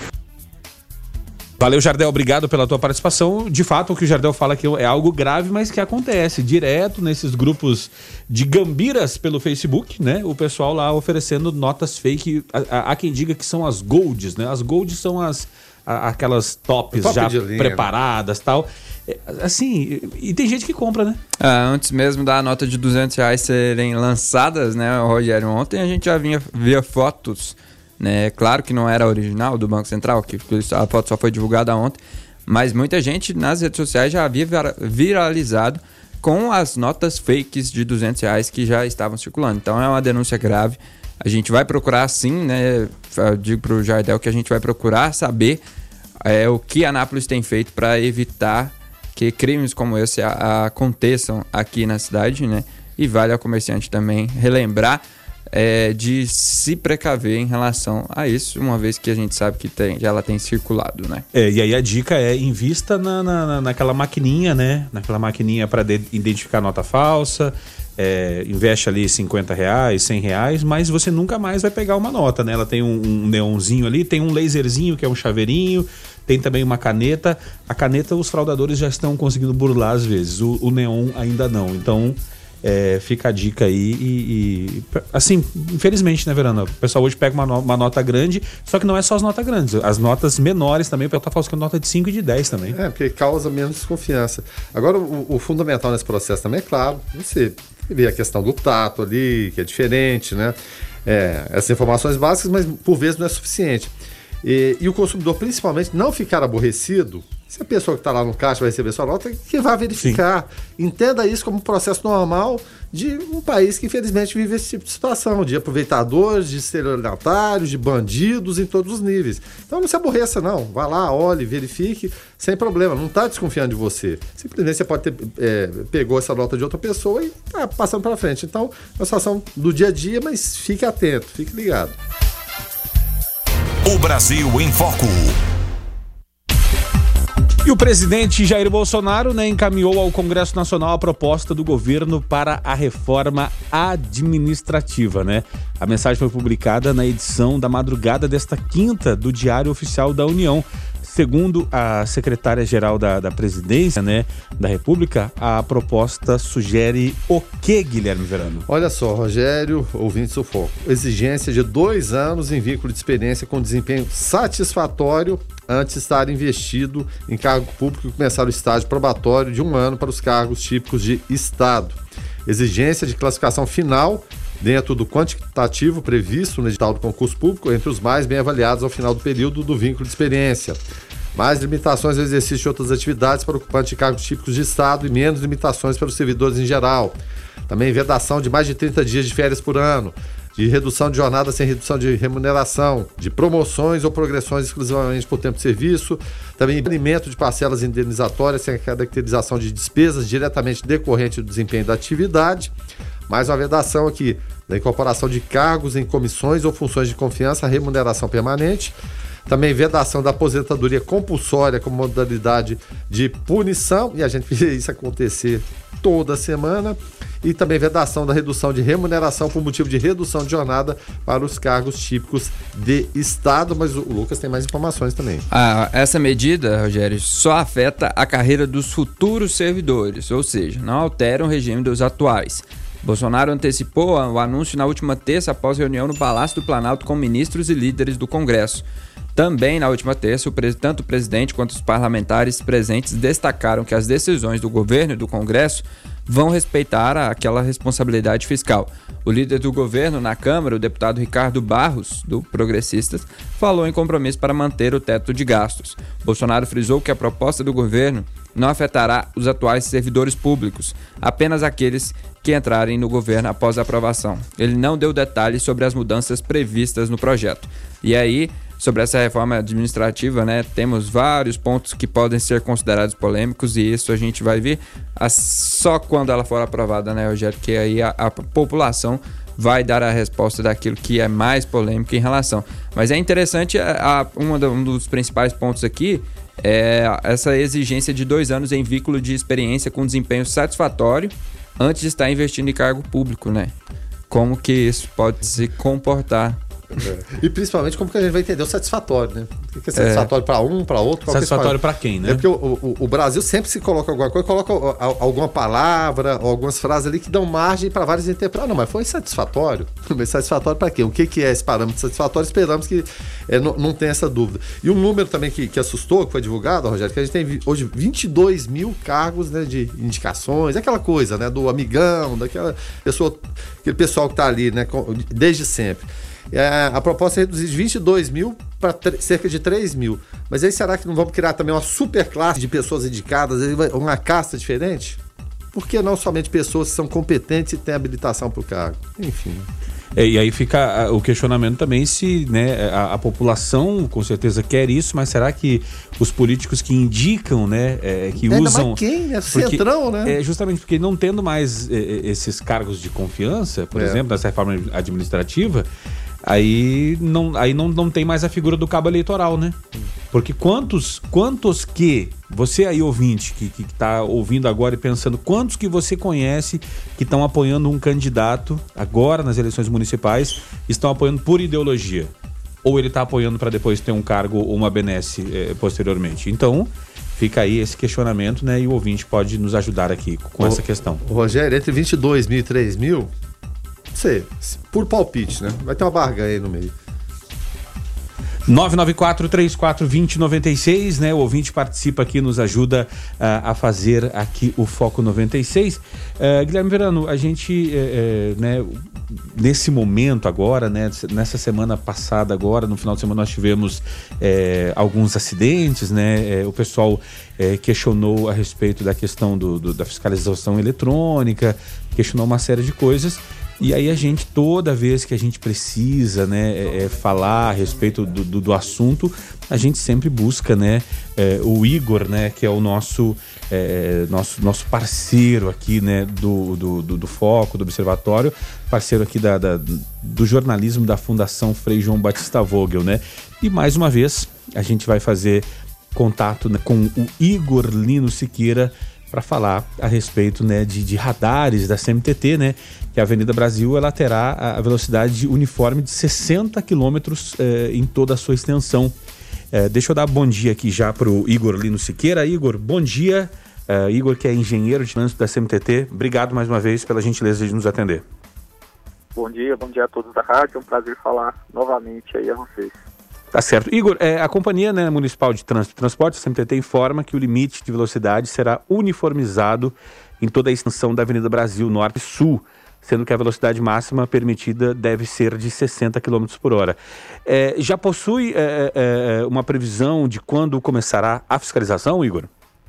Valeu, Jardel, obrigado pela tua participação. De fato, o que o Jardel fala aqui é algo grave, mas que acontece direto nesses grupos de gambiras pelo Facebook, né? O pessoal lá oferecendo notas fake. Há quem diga que são as golds, né? As golds são as, aquelas tops top já preparadas e tal. Assim, e tem gente que compra, né? Ah, antes mesmo da nota de duzentos reais serem lançadas, né, Rogério? Ontem a gente já vinha via fotos, né? Claro que não era original do Banco Central, que a foto só foi divulgada ontem, mas muita gente nas redes sociais já havia viralizado com as notas fakes de duzentos reais que já estavam circulando. Então é uma denúncia grave. A gente vai procurar sim, né? Eu digo para o Jardel que a gente vai procurar saber é, o que a Anápolis tem feito para evitar que crimes como esse a, a, aconteçam aqui na cidade, né? E vale ao comerciante também relembrar é, de se precaver em relação a isso, uma vez que a gente sabe que tem, ela tem circulado, né? É, e aí a dica é invista na, na, naquela maquininha, né? Naquela maquininha para identificar nota falsa. É, investe ali cinquenta reais, cem reais, mas você nunca mais vai pegar uma nota, né? Ela tem um, um neonzinho ali, tem um laserzinho que é um chaveirinho, tem também uma caneta. A caneta os fraudadores já estão conseguindo burlar às vezes, o, o neon ainda não. Então é, fica a dica aí e, e assim, infelizmente, né, Verano? O pessoal hoje pega uma, no, uma nota grande, só que não é só as notas grandes, as notas menores também, o pessoal tá falsificando nota de cinco e de dez também. É, porque causa menos desconfiança. Agora, o, o fundamental nesse processo também é claro, você vê a questão do tato ali, que é diferente, né? É, essas informações básicas, mas por vezes não é suficiente. E, e o consumidor, principalmente, não ficar aborrecido. Se a pessoa que está lá no caixa vai receber sua nota, que vai verificar. Sim. Entenda isso como um processo normal de um país que, infelizmente, vive esse tipo de situação, de aproveitadores, de estelionatários, de bandidos em todos os níveis. Então não se aborreça, não. Vá lá, olhe, verifique, sem problema. Não está desconfiando de você. Simplesmente você pode ter é, pegou essa nota de outra pessoa e está passando para frente. Então, é uma situação do dia a dia, mas fique atento, fique ligado. O Brasil em Foco. E E o presidente Jair Bolsonaro, né, encaminhou ao Congresso Nacional a proposta do governo para a reforma administrativa, né? A mensagem foi publicada na edição da madrugada desta quinta do Diário Oficial da União. Segundo a secretária-geral da, da Presidência, né, da República, a proposta sugere o quê, Guilherme Verano? Olha só, Rogério, ouvintes do Foco. Exigência de dois anos em vínculo de experiência com desempenho satisfatório antes de estar investido em cargo público e começar o estágio probatório de um ano para os cargos típicos de Estado. Exigência de classificação final dentro do quantitativo previsto no edital do concurso público entre os mais bem avaliados ao final do período do vínculo de experiência. Mais limitações ao exercício de outras atividades para ocupantes de cargos típicos de Estado e menos limitações para os servidores em geral. Também vedação de mais de trinta dias de férias por ano, de redução de jornada sem redução de remuneração, de promoções ou progressões exclusivamente por tempo de serviço, também banimento de parcelas indenizatórias sem a caracterização de despesas diretamente decorrentes do desempenho da atividade. Mais uma vedação aqui da incorporação de cargos em comissões ou funções de confiança à remuneração permanente. Também vedação da aposentadoria compulsória como modalidade de punição, e a gente vê isso acontecer toda semana. E também vedação da redução de remuneração por motivo de redução de jornada para os cargos típicos de Estado. Mas o Lucas tem mais informações também. Ah, essa medida, Rogério, só afeta a carreira dos futuros servidores, ou seja, não altera o regime dos atuais. Bolsonaro antecipou o anúncio na última terça após reunião no Palácio do Planalto com ministros e líderes do Congresso. Também na última terça, o pre- tanto o presidente quanto os parlamentares presentes destacaram que as decisões do governo e do Congresso vão respeitar a, aquela responsabilidade fiscal. O líder do governo na Câmara, o deputado Ricardo Barros, do Progressistas, falou em compromisso para manter o teto de gastos. Bolsonaro frisou que a proposta do governo não afetará os atuais servidores públicos, apenas aqueles que entrarem no governo após a aprovação. Ele não deu detalhes sobre as mudanças previstas no projeto. E aí, sobre essa reforma administrativa, né, temos vários pontos que podem ser considerados polêmicos, e isso a gente vai ver a, só quando ela for aprovada, né, Rogério? Que aí a, a população vai dar a resposta daquilo que é mais polêmico em relação. Mas é interessante, a, a, uma do, um dos principais pontos aqui é essa exigência de dois anos em vínculo de experiência com desempenho satisfatório antes de estar investindo em cargo público, né? Como que isso pode se comportar? É. E principalmente como que a gente vai entender o satisfatório, né? O que é satisfatório é. para um, para outro? Satisfatório para quem, né? É porque o, o, o Brasil sempre se coloca alguma coisa, coloca alguma palavra, algumas frases ali que dão margem para vários interpretar. Não, mas foi satisfatório? Mas satisfatório para quê? O que, que é esse parâmetro satisfatório? Esperamos que é, não, não tenha essa dúvida. E um número também que, que assustou, que foi divulgado, Rogério, que a gente tem hoje vinte e dois mil cargos, né, de indicações, aquela coisa, né, do amigão, daquela pessoa, aquele pessoal que está ali, né, desde sempre. É, a proposta é reduzir de vinte e dois mil para cerca de três mil. Mas aí será que não vamos criar também uma super classe de pessoas indicadas, uma casta diferente? Por que não somente pessoas que são competentes e têm habilitação para o cargo? Enfim. É, e aí fica o questionamento também se, né, a, a população com certeza quer isso, mas será que os políticos que indicam, né, é, que Ainda usam... mais quem? É porque, centrão, né? É justamente porque não tendo mais é, esses cargos de confiança, por É. exemplo, nessa reforma administrativa, aí não, aí não, não tem mais a figura do cabo eleitoral, né? Porque quantos, quantos que, você aí ouvinte, que, que tá ouvindo agora e pensando, quantos que você conhece que estão apoiando um candidato agora nas eleições municipais, estão apoiando por ideologia? Ou ele está apoiando para depois ter um cargo ou uma benesse eh, posteriormente? Então, fica aí esse questionamento, né? E o ouvinte pode nos ajudar aqui com o, essa questão. Rogério, entre vinte e dois mil e três mil, não sei, por palpite, né? Vai ter uma barganha aí no meio. nove nove quatro, três quatro dois zero, nove seis, né? O ouvinte participa aqui, nos ajuda uh, a fazer aqui o Foco noventa e seis. Uh, Guilherme Verano, a gente, uh, uh, né, nesse momento agora, né, nessa semana passada agora, no final de semana nós tivemos uh, alguns acidentes, né? Uh, o pessoal uh, questionou a respeito da questão do, do, da fiscalização eletrônica, questionou uma série de coisas. E aí a gente, toda vez que a gente precisa, né, é, é, falar a respeito do, do, do assunto, a gente sempre busca, né, é, o Igor, né, que é o nosso, é, nosso, nosso parceiro aqui, né, do, do, do, do Foco, do Observatório, parceiro aqui da, da, do jornalismo da Fundação Frei João Batista Vogel, né. E mais uma vez, a gente vai fazer contato, né, com o Igor Lino Siqueira para falar a respeito, né, de, de radares da C M T T, né, que a Avenida Brasil ela terá a velocidade uniforme de sessenta quilômetros eh, em toda a sua extensão. Eh, deixa eu dar bom dia aqui já para o Igor Lino Siqueira. Igor, bom dia. Eh, Igor, que é engenheiro de trânsito da C M T T, obrigado mais uma vez pela gentileza de nos atender. Bom dia, bom dia a todos da rádio, é um prazer falar novamente aí a vocês. Tá certo. Igor, é, a Companhia, né, Municipal de Trânsito e Transporte, a C M T T, informa que o limite de velocidade será uniformizado em toda a extensão da Avenida Brasil Norte e Sul, sendo que a velocidade máxima permitida deve ser de sessenta quilômetros por hora. É, já possui é, é, uma previsão de quando começará a fiscalização, Igor?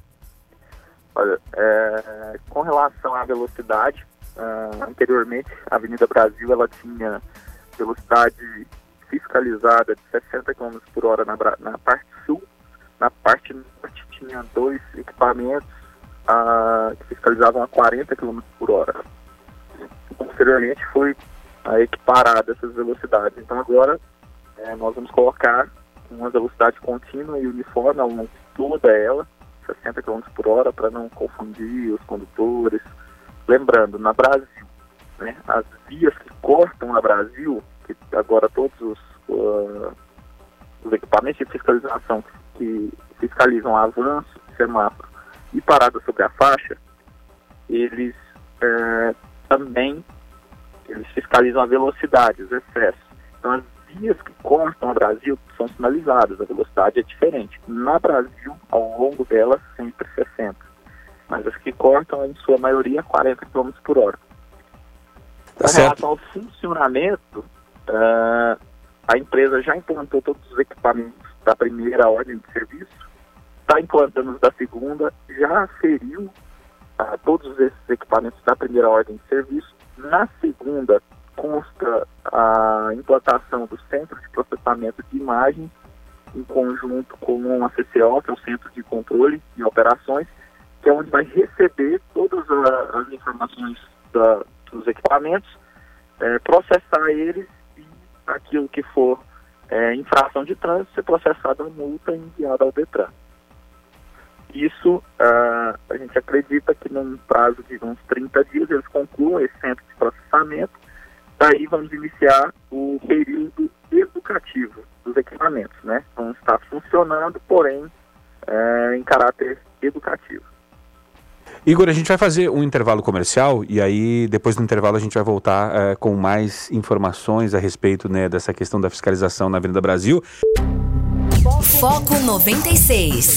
Olha, é, com relação à velocidade, uh, anteriormente a Avenida Brasil ela tinha velocidade fiscalizada de sessenta quilômetros por hora na, na parte sul. Na parte norte tinha dois equipamentos uh, que fiscalizavam a quarenta quilômetros por hora. Posteriormente foi uh, equiparada essas velocidades. Então agora uh, nós vamos colocar uma velocidade contínua e uniforme ao longo de toda ela, sessenta quilômetros por hora, para não confundir os condutores. Lembrando, na Brasil, né, as vias que cortam a Brasil, que agora todos os, uh, os equipamentos de fiscalização que fiscalizam avanço, semáforo e parada sobre a faixa, eles uh, também eles fiscalizam a velocidade, os excessos. Então as vias que cortam a Brasil são sinalizadas, a velocidade é diferente. Na Brasil, ao longo dela, sempre sessenta. Mas as que cortam, em sua maioria, quarenta quilômetros por hora. Tá em relação ao funcionamento, uh, a empresa já implantou todos os equipamentos da primeira ordem de serviço, está implantando os da segunda, já aferiu uh, todos esses equipamentos da primeira ordem de serviço. Na segunda, consta a implantação do Centro de Processamento de Imagens, em conjunto com a C C O, que é o Centro de Controle e Operações, que é onde vai receber todas a, as informações da, dos equipamentos, é, processar eles e aquilo que for é, infração de trânsito ser processado a multa e enviada ao Detran. Isso, uh, a gente acredita que num prazo de uns trinta dias eles concluam esse centro de processamento. Daí vamos iniciar o período educativo dos equipamentos, né? Vão estar funcionando, porém, é, em caráter educativo. Igor, a gente vai fazer um intervalo comercial e aí depois do intervalo a gente vai voltar é, com mais informações a respeito, né, dessa questão da fiscalização na Avenida Brasil. Foco noventa e seis.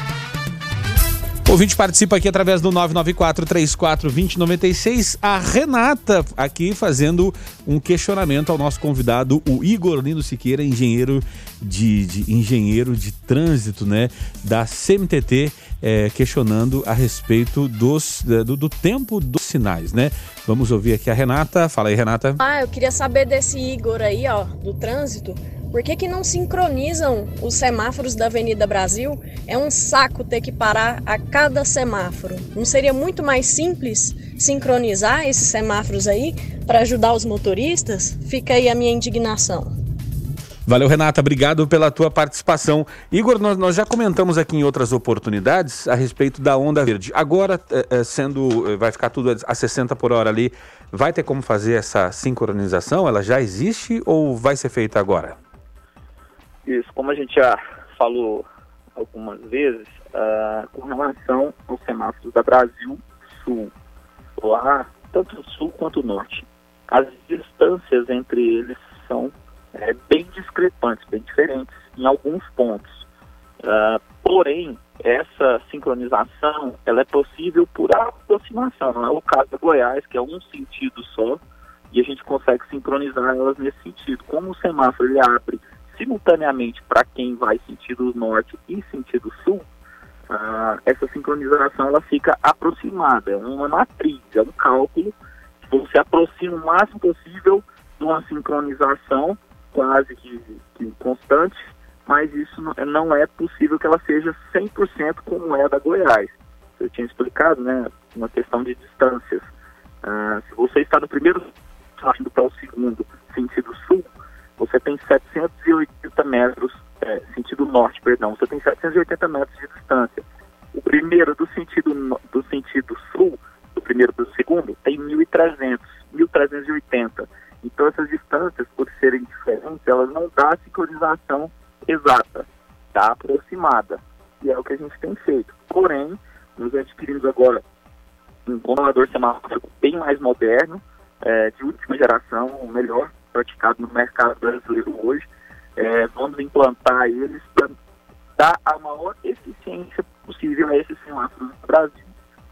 O ouvinte participa aqui através do nove nove quatro, três quatro, dois zero nove seis. A Renata aqui fazendo um questionamento ao nosso convidado, o Igor Lino Siqueira, engenheiro de, de, engenheiro de trânsito, né, da C M T T, é, questionando a respeito dos, do, do tempo dos sinais, né? Vamos ouvir aqui a Renata. Fala aí, Renata. Ah, eu queria saber desse Igor aí, ó, do trânsito. Por que que não sincronizam os semáforos da Avenida Brasil? É um saco ter que parar a cada semáforo. Não seria muito mais simples sincronizar esses semáforos aí para ajudar os motoristas? Fica aí a minha indignação. Valeu, Renata, obrigado pela tua participação. Igor, nós, nós já comentamos aqui em outras oportunidades a respeito da onda verde. Agora, é, sendo, vai ficar tudo a sessenta por hora ali, vai ter como fazer essa sincronização? Ela já existe ou vai ser feita agora? Isso, como a gente já falou algumas vezes, uh, com relação aos semáforos da Brasil Sul, lá, tanto o Sul quanto o Norte, as distâncias entre eles são é, bem discrepantes, bem diferentes em alguns pontos. Uh, porém, essa sincronização ela é possível por aproximação, não é o caso da Goiás, que é um sentido só, e a gente consegue sincronizar elas nesse sentido. Como o semáforo ele abre simultaneamente para quem vai sentido norte e sentido sul, uh, essa sincronização ela fica aproximada, é uma matriz, é um cálculo que você aproxima o máximo possível de uma sincronização quase que, que constante, mas isso não, não é possível que ela seja cem por cento como é a da Goiás. Eu tinha explicado, né, uma questão de distâncias. Uh, se você está no primeiro indo para o segundo sentido sul, você tem setecentos e oitenta metros, é, sentido norte, perdão. perdão, você tem setecentos e oitenta metros de distância. O primeiro do sentido, do sentido sul, do primeiro do segundo, tem mil e trezentos, mil trezentos e oitenta. Então essas distâncias, por serem diferentes, elas não dão a sincronização exata, dá aproximada. E é o que a gente tem feito. Porém, nós adquirimos agora um controlador semáforo bem mais moderno, é, de última geração, melhor praticado no mercado brasileiro hoje. É, vamos implantar eles para dar a maior eficiência possível a esses semáforos no Brasil.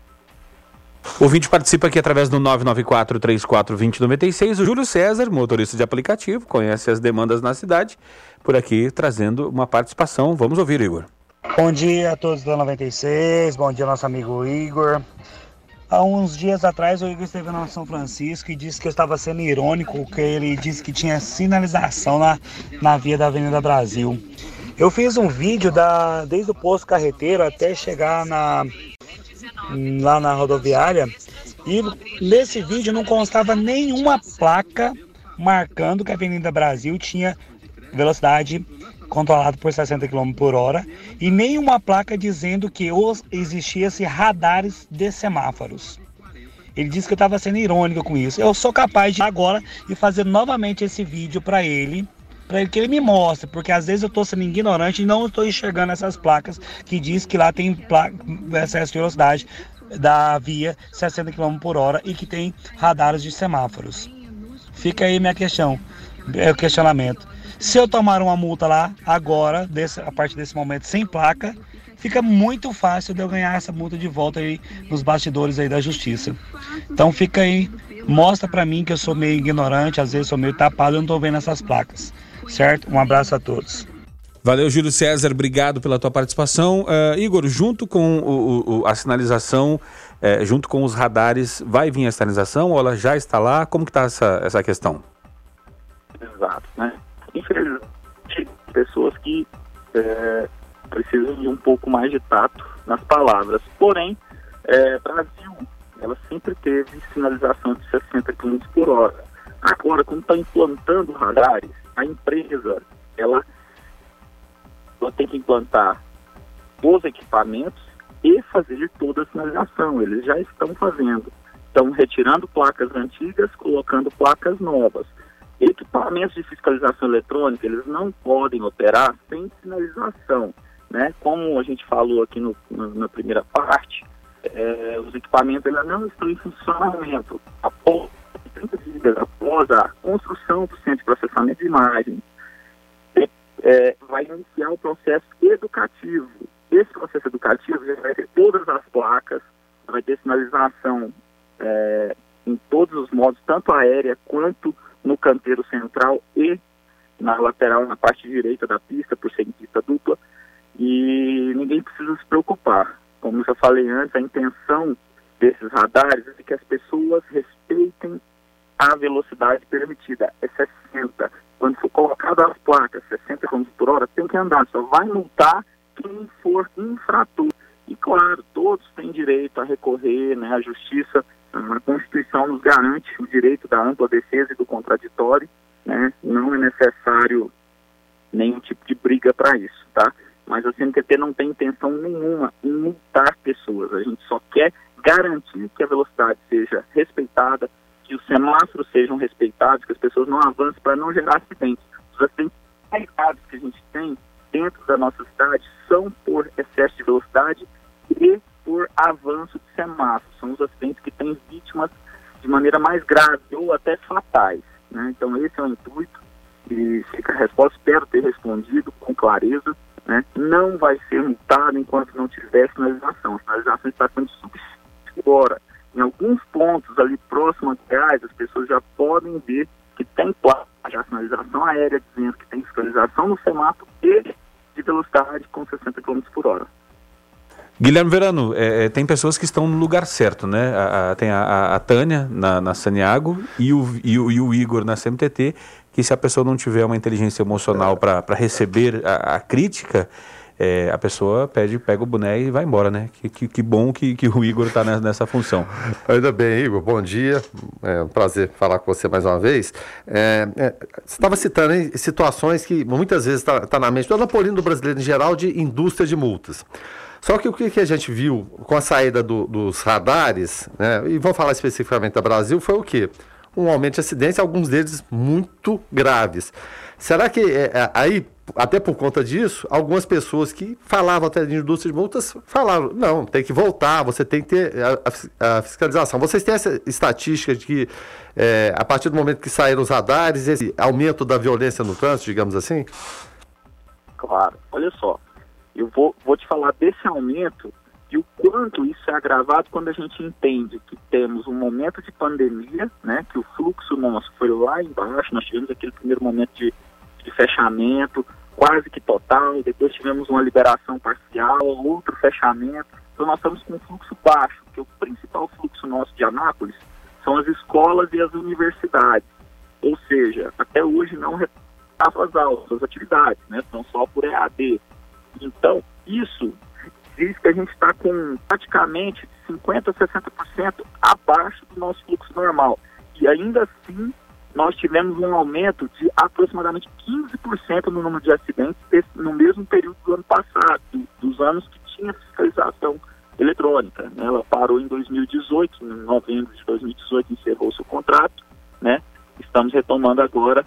O ouvinte participa aqui através do nove nove quatro, três quatro dois zero nove seis. O Júlio César, motorista de aplicativo, conhece as demandas na cidade, por aqui trazendo uma participação. Vamos ouvir, Igor. Bom dia a todos da noventa e seis, bom dia nosso amigo Igor. Há uns dias atrás o Igor esteve na São Francisco e disse que eu estava sendo irônico, que ele disse que tinha sinalização na, na via da Avenida Brasil. Eu fiz um vídeo da, desde o posto carreteiro até chegar na, lá na rodoviária, e nesse vídeo não constava nenhuma placa marcando que a Avenida Brasil tinha velocidade controlada por sessenta quilômetros por hora e nenhuma placa dizendo que existiam radares de semáforos. Ele disse que eu estava sendo irônico com isso. Eu sou capaz de ir agora e fazer novamente esse vídeo para ele, para ele que ele me mostre, porque às vezes eu estou sendo ignorante e não estou enxergando essas placas que diz que lá tem placa, excesso de velocidade da via sessenta quilômetros por hora e que tem radares de semáforos. Fica aí minha questão, é o questionamento. Se eu tomar uma multa lá, agora, desse, a partir desse momento, sem placa, fica muito fácil de eu ganhar essa multa de volta aí nos bastidores aí da justiça. Então fica aí, mostra pra mim que eu sou meio ignorante, às vezes sou meio tapado, eu não tô vendo essas placas, certo? Um abraço a todos. Valeu, Júlio César, obrigado pela tua participação. Uh, Igor, junto com o, o, a sinalização, uh, junto com os radares, vai vir a sinalização ou ela já está lá? Como que está essa, essa questão? Exato, né? Infelizmente, pessoas que é, precisam de um pouco mais de tato nas palavras. Porém, é, Brasil, ela sempre teve sinalização de sessenta quilômetros por hora. Agora, quando está implantando radares, a empresa, ela, ela tem que implantar os equipamentos e fazer toda a sinalização. Eles já estão fazendo. Estão retirando placas antigas, colocando placas novas. Equipamentos de fiscalização eletrônica, eles não podem operar sem sinalização, né? Como a gente falou aqui no, no, na primeira parte, é, os equipamentos ainda não estão em funcionamento. Após trinta dias após a construção do centro de processamento de imagens, é, é, vai iniciar o processo educativo. Esse processo educativo já vai ter todas as placas, vai ter sinalização é, em todos os modos, tanto aérea quanto no canteiro central e na lateral, na parte direita da pista, por ser em pista dupla, e ninguém precisa se preocupar. Como eu já falei antes, a intenção desses radares é que as pessoas respeitem a velocidade permitida, é sessenta. Quando for colocada as placas sessenta quilômetros por hora, tem que andar, só vai multar quem for infrator. E claro, todos têm direito a recorrer, né, à justiça. A Constituição nos garante o direito da ampla defesa e do contraditório, né? Não é necessário nenhum tipo de briga para isso, tá? Mas a C N T T não tem intenção nenhuma em multar pessoas. A gente só quer garantir que a velocidade seja respeitada, que os semáforos sejam respeitados, que as pessoas não avancem para não gerar acidentes. Os acidentes que a gente tem dentro da nossa cidade são por excesso de velocidade e por avanço de semáforos. São os acidentes que têm vítimas de maneira mais grave ou até fatais, né? Então esse é o intuito e fica a resposta. Espero ter respondido com clareza, né? Não vai ser multado enquanto não tiver sinalização. A sinalização está sendo substituída agora. Em alguns pontos ali próximos a reais, as pessoas já podem ver que tem placa, já sinalização aérea dizendo que tem fiscalização no semáforo e de velocidade com sessenta quilômetros por hora. Guilherme Verano, é, tem pessoas que estão no lugar certo, né? A, a, tem a, a, a Tânia na, na Saniago e o, e, o, e o Igor na C M T T, que se a pessoa não tiver uma inteligência emocional para receber a, a crítica, é, a pessoa pede, pega o boné e vai embora, né? Que, que, que bom que, que o Igor está nessa, nessa função. Ainda bem, Igor, bom dia. É um prazer falar com você mais uma vez. É, é, você estava citando hein, situações que muitas vezes está tá na mente do Anapolino, do brasileiro em geral, de indústria de multas. Só que o que a gente viu com a saída do, dos radares, né, e vamos falar especificamente da Brasil, foi o quê? Um aumento de acidentes, alguns deles muito graves. Será que é, aí, até por conta disso, algumas pessoas que falavam até de indústria de multas, falaram, não, tem que voltar, você tem que ter a, a, a fiscalização. Vocês têm essa estatística de que, é, a partir do momento que saíram os radares, esse aumento da violência no trânsito, digamos assim? Claro, olha só. Eu vou, vou te falar desse aumento e o quanto isso é agravado quando a gente entende que temos um momento de pandemia, né, que o fluxo nosso foi lá embaixo, nós tivemos aquele primeiro momento de, de fechamento, quase que total, depois tivemos uma liberação parcial, outro fechamento, então nós estamos com um fluxo baixo, porque o principal fluxo nosso de Anápolis são as escolas e as universidades, ou seja, até hoje não retornaram as aulas, as atividades, né, são só por E A D. Então, isso diz que a gente está com praticamente cinquenta por cento, sessenta por cento abaixo do nosso fluxo normal. E ainda assim, nós tivemos um aumento de aproximadamente quinze por cento no número de acidentes no mesmo período do ano passado, dos anos que tinha fiscalização eletrônica. Né? Ela parou em dois mil e dezoito, em novembro de dois mil e dezoito, encerrou seu contrato. Né? Estamos retomando agora,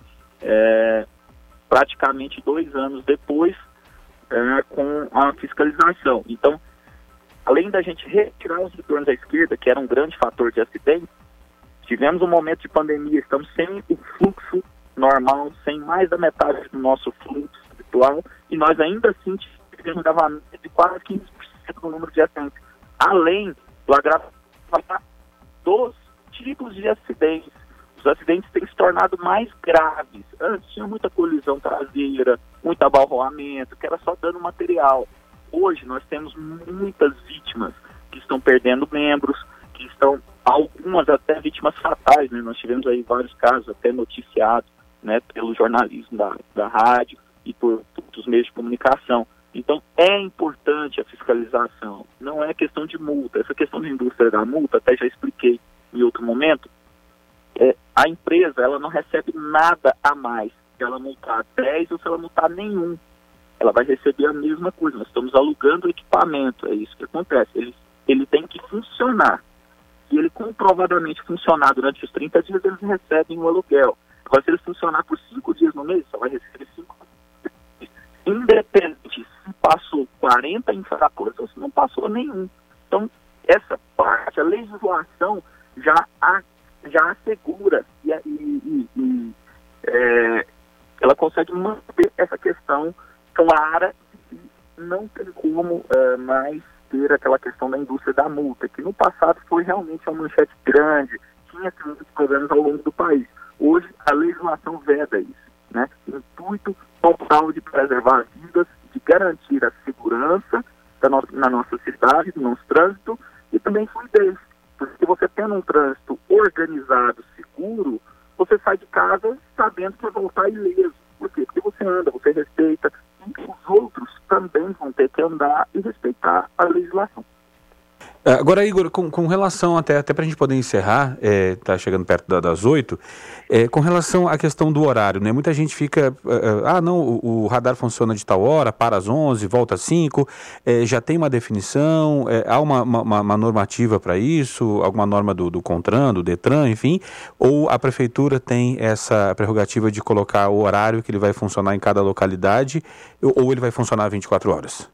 é, praticamente dois anos depois, É, com a fiscalização. Então, além da gente retirar os retornos à esquerda, que era um grande fator de acidente, tivemos um momento de pandemia, estamos sem o fluxo normal, sem mais da metade do nosso fluxo habitual, e nós ainda assim tivemos um agravamento de quase quinze por cento no número de acidentes, além do agravamento dos tipos de acidentes. Os acidentes têm se tornado mais graves. Antes tinha muita colisão traseira, muito abalroamento, que era só dano material. Hoje nós temos muitas vítimas que estão perdendo membros, que estão, algumas até vítimas fatais, né? Nós tivemos aí vários casos até noticiados, né, pelo jornalismo da, da rádio e por outros meios de comunicação. Então é importante a fiscalização, não é questão de multa. Essa questão da indústria da multa, até já expliquei em outro momento, É, a empresa ela não recebe nada a mais se ela multar dez ou se ela multar nenhum. Ela vai receber a mesma coisa. Nós estamos alugando o equipamento, é isso que acontece. Ele, ele tem que funcionar. Se ele comprovadamente funcionar durante os trinta dias, eles recebem o aluguel. Agora, se ele funcionar por cinco dias no mês, só vai receber cinco dias. Independente se passou quarenta infratores ou se não passou nenhum. Então, essa parte, a legislação já a já assegura e, e, e é, ela consegue manter essa questão clara e não tem como é, mais ter aquela questão da indústria da multa, que no passado foi realmente uma manchete grande, tinha muitos problemas ao longo do país. Hoje a legislação veda isso, né? O intuito total de preservar vidas, de garantir a segurança da no, na nossa cidade, no nosso trânsito e também fluidez. Porque você tendo um trânsito organizado, seguro, você sai de casa sabendo que vai voltar ileso. Por quê? Porque você anda, você respeita, e os outros também vão ter que andar e respeitar a legislação. Agora, Igor, com, com relação, até, até para a gente poder encerrar, está é, chegando perto da, das oito, é, com relação à questão do horário, né? Muita gente fica, uh, ah, não, o, o radar funciona de tal hora, para às onze, volta às cinco, é, já tem uma definição, é, há uma, uma, uma normativa para isso, alguma norma do, do CONTRAN, do DETRAN, enfim, ou a prefeitura tem essa prerrogativa de colocar o horário que ele vai funcionar em cada localidade, ou, ou ele vai funcionar vinte e quatro horas?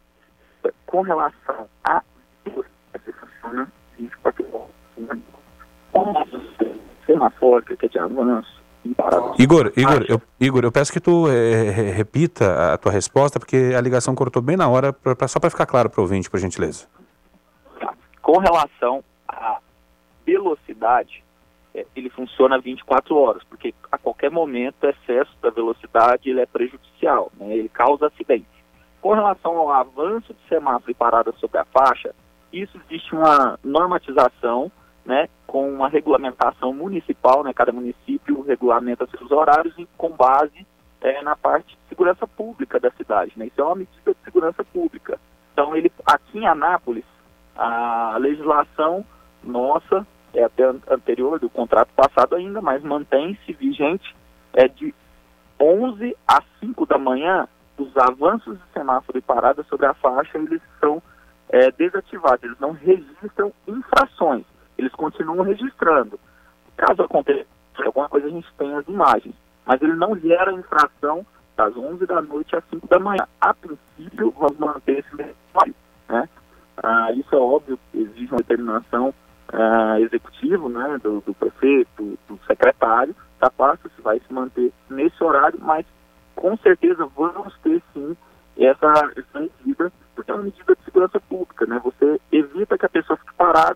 Com relação a funciona vinte e quatro horas. Como semafórica, que é de avanço. Igor, Igor, eu, Igor, eu peço que tu é, repita a tua resposta, porque a ligação cortou bem na hora, pra, pra, só para ficar claro para o ouvinte, por gentileza. Tá. Com relação à velocidade, é, ele funciona vinte e quatro horas, porque a qualquer momento o excesso da velocidade ele é prejudicial, né? Ele causa acidente. Com relação ao avanço de semáforo e parada sobre a faixa, isso existe uma normatização, né, com uma regulamentação municipal, né, cada município regulamenta seus horários e com base é, na parte de segurança pública da cidade, né? Isso é uma medida de segurança pública. Então, ele, aqui em Anápolis, a legislação nossa, é até anterior do contrato passado ainda, mas mantém-se vigente, é de onze às cinco da manhã, os avanços de semáforo e parada sobre a faixa, eles são é, desativados, eles não registram infrações, eles continuam registrando. Caso aconteça alguma coisa, a gente tem as imagens, mas ele não gera infração das onze da noite às cinco da manhã. A princípio, vamos manter esse mesmo, né? Ah, isso é óbvio, exige uma determinação ah, executiva, né, do, do prefeito, do secretário da pasta, se vai se manter nesse horário, mas com certeza vamos ter sim essa, essa medida, porque é uma medida de segurança pública, né? Você evita que a pessoa fique parada,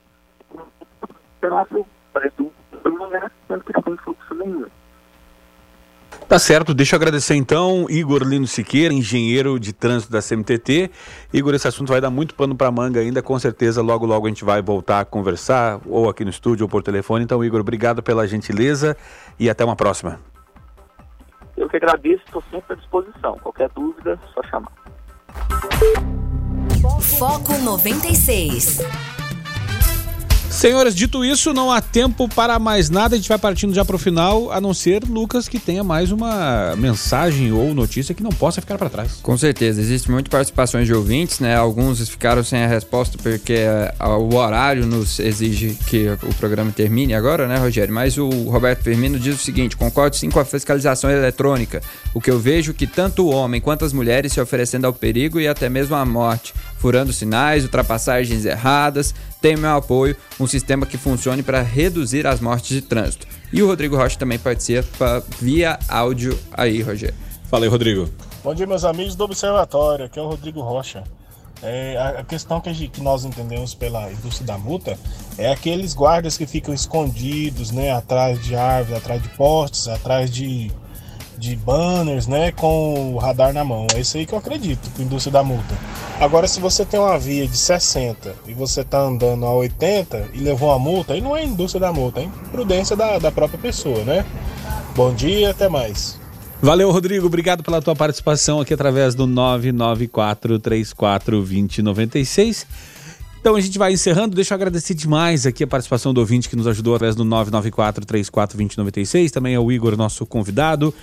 sendo que não tem fluxo nenhum. Tá certo, deixa eu agradecer então, Igor Lino Siqueira, engenheiro de trânsito da C M T T. Igor, esse assunto vai dar muito pano pra manga ainda, com certeza logo logo a gente vai voltar a conversar, ou aqui no estúdio ou por telefone. Então, Igor, obrigado pela gentileza e até uma próxima. Eu que agradeço, estou sempre à disposição. Qualquer dúvida, só chamar. Foco noventa e seis. Senhores, dito isso, não há tempo para mais nada, a gente vai partindo já para o final, a não ser, Lucas, que tenha mais uma mensagem ou notícia que não possa ficar para trás. Com certeza, existem muitas participações de ouvintes, né? Alguns ficaram sem a resposta porque uh, o horário nos exige que o programa termine agora, né, Rogério? Mas o Roberto Firmino diz o seguinte: concordo sim com a fiscalização eletrônica. O que eu vejo que tanto o homem quanto as mulheres se oferecendo ao perigo e até mesmo à morte, furando sinais, ultrapassagens erradas, tem meu apoio, um sistema que funcione para reduzir as mortes de trânsito. E o Rodrigo Rocha também participa via áudio aí, Rogério. Fala aí, Rodrigo. Bom dia, meus amigos do Observatório, aqui é o Rodrigo Rocha. É, a, a questão que, a gente, que nós entendemos pela indústria da multa é aqueles guardas que ficam escondidos, né, atrás de árvores, atrás de postes, atrás de, de banners, né, com o radar na mão. É isso aí que eu acredito, com a indústria da multa. Agora, se você tem uma via de sessenta e você está andando a oitenta e levou uma multa, aí não é indústria da multa, é imprudência da, da própria pessoa, né? Bom dia, até mais. Valeu, Rodrigo, obrigado pela tua participação aqui através do nove nove quatro, três quatro dois zero nove seis. Então a gente vai encerrando, deixa eu agradecer demais aqui a participação do ouvinte que nos ajudou através do nove nove quatro, três quatro dois zero nove seis, também é o Igor, nosso convidado.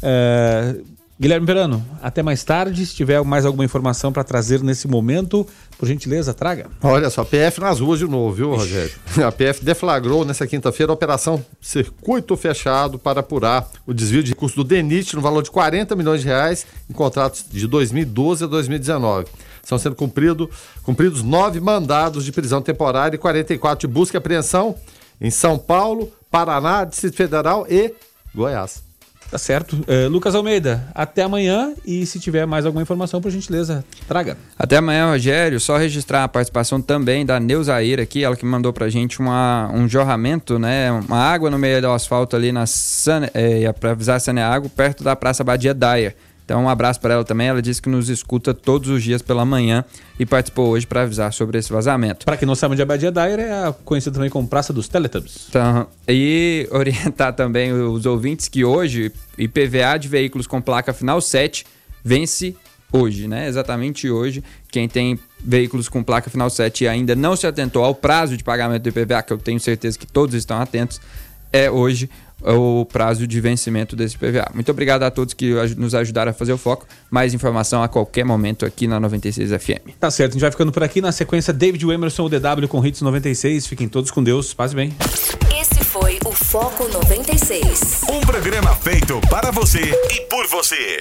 É... Guilherme Perano, até mais tarde, se tiver mais alguma informação para trazer nesse momento, por gentileza, traga. Olha só, a P F nas ruas de novo, viu, Rogério? A P F deflagrou nessa quinta-feira a operação Circuito Fechado para apurar o desvio de recursos do DENIT no valor de quarenta milhões de reais em contratos de dois mil e doze a dois mil e dezenove. Estão sendo cumprido, cumpridos nove mandados de prisão temporária e quarenta e quatro de busca e apreensão em São Paulo, Paraná, Distrito Federal e Goiás. Tá certo. Uh, Lucas Almeida, até amanhã, e se tiver mais alguma informação, por gentileza, traga. Até amanhã, Rogério. Só registrar a participação também da Neuzaíra aqui, ela que mandou pra gente uma, um jorramento, né? Uma água no meio do asfalto ali na Sane, é, pra avisar a Saneago, perto da Praça Badia Dyer. Então, um abraço para ela também. Ela disse que nos escuta todos os dias pela manhã e participou hoje para avisar sobre esse vazamento. Para quem não sabe onde é a Badia Dyer, é conhecida também como Praça dos Teletubbies. Então, e orientar também os ouvintes que hoje I P V A de veículos com placa final sete vence hoje, né? Exatamente hoje. Quem tem veículos com placa final sete e ainda não se atentou ao prazo de pagamento do I P V A, que eu tenho certeza que todos estão atentos, é hoje o prazo de vencimento desse I P V A. Muito obrigado a todos que nos ajudaram a fazer o foco. Mais informação a qualquer momento aqui na noventa e seis F M. Tá certo, a gente vai ficando por aqui. Na sequência, David Emerson, o D W com Hits noventa e seis. Fiquem todos com Deus. Paz bem. Esse foi o Foco noventa e seis. Um programa feito para você e por você.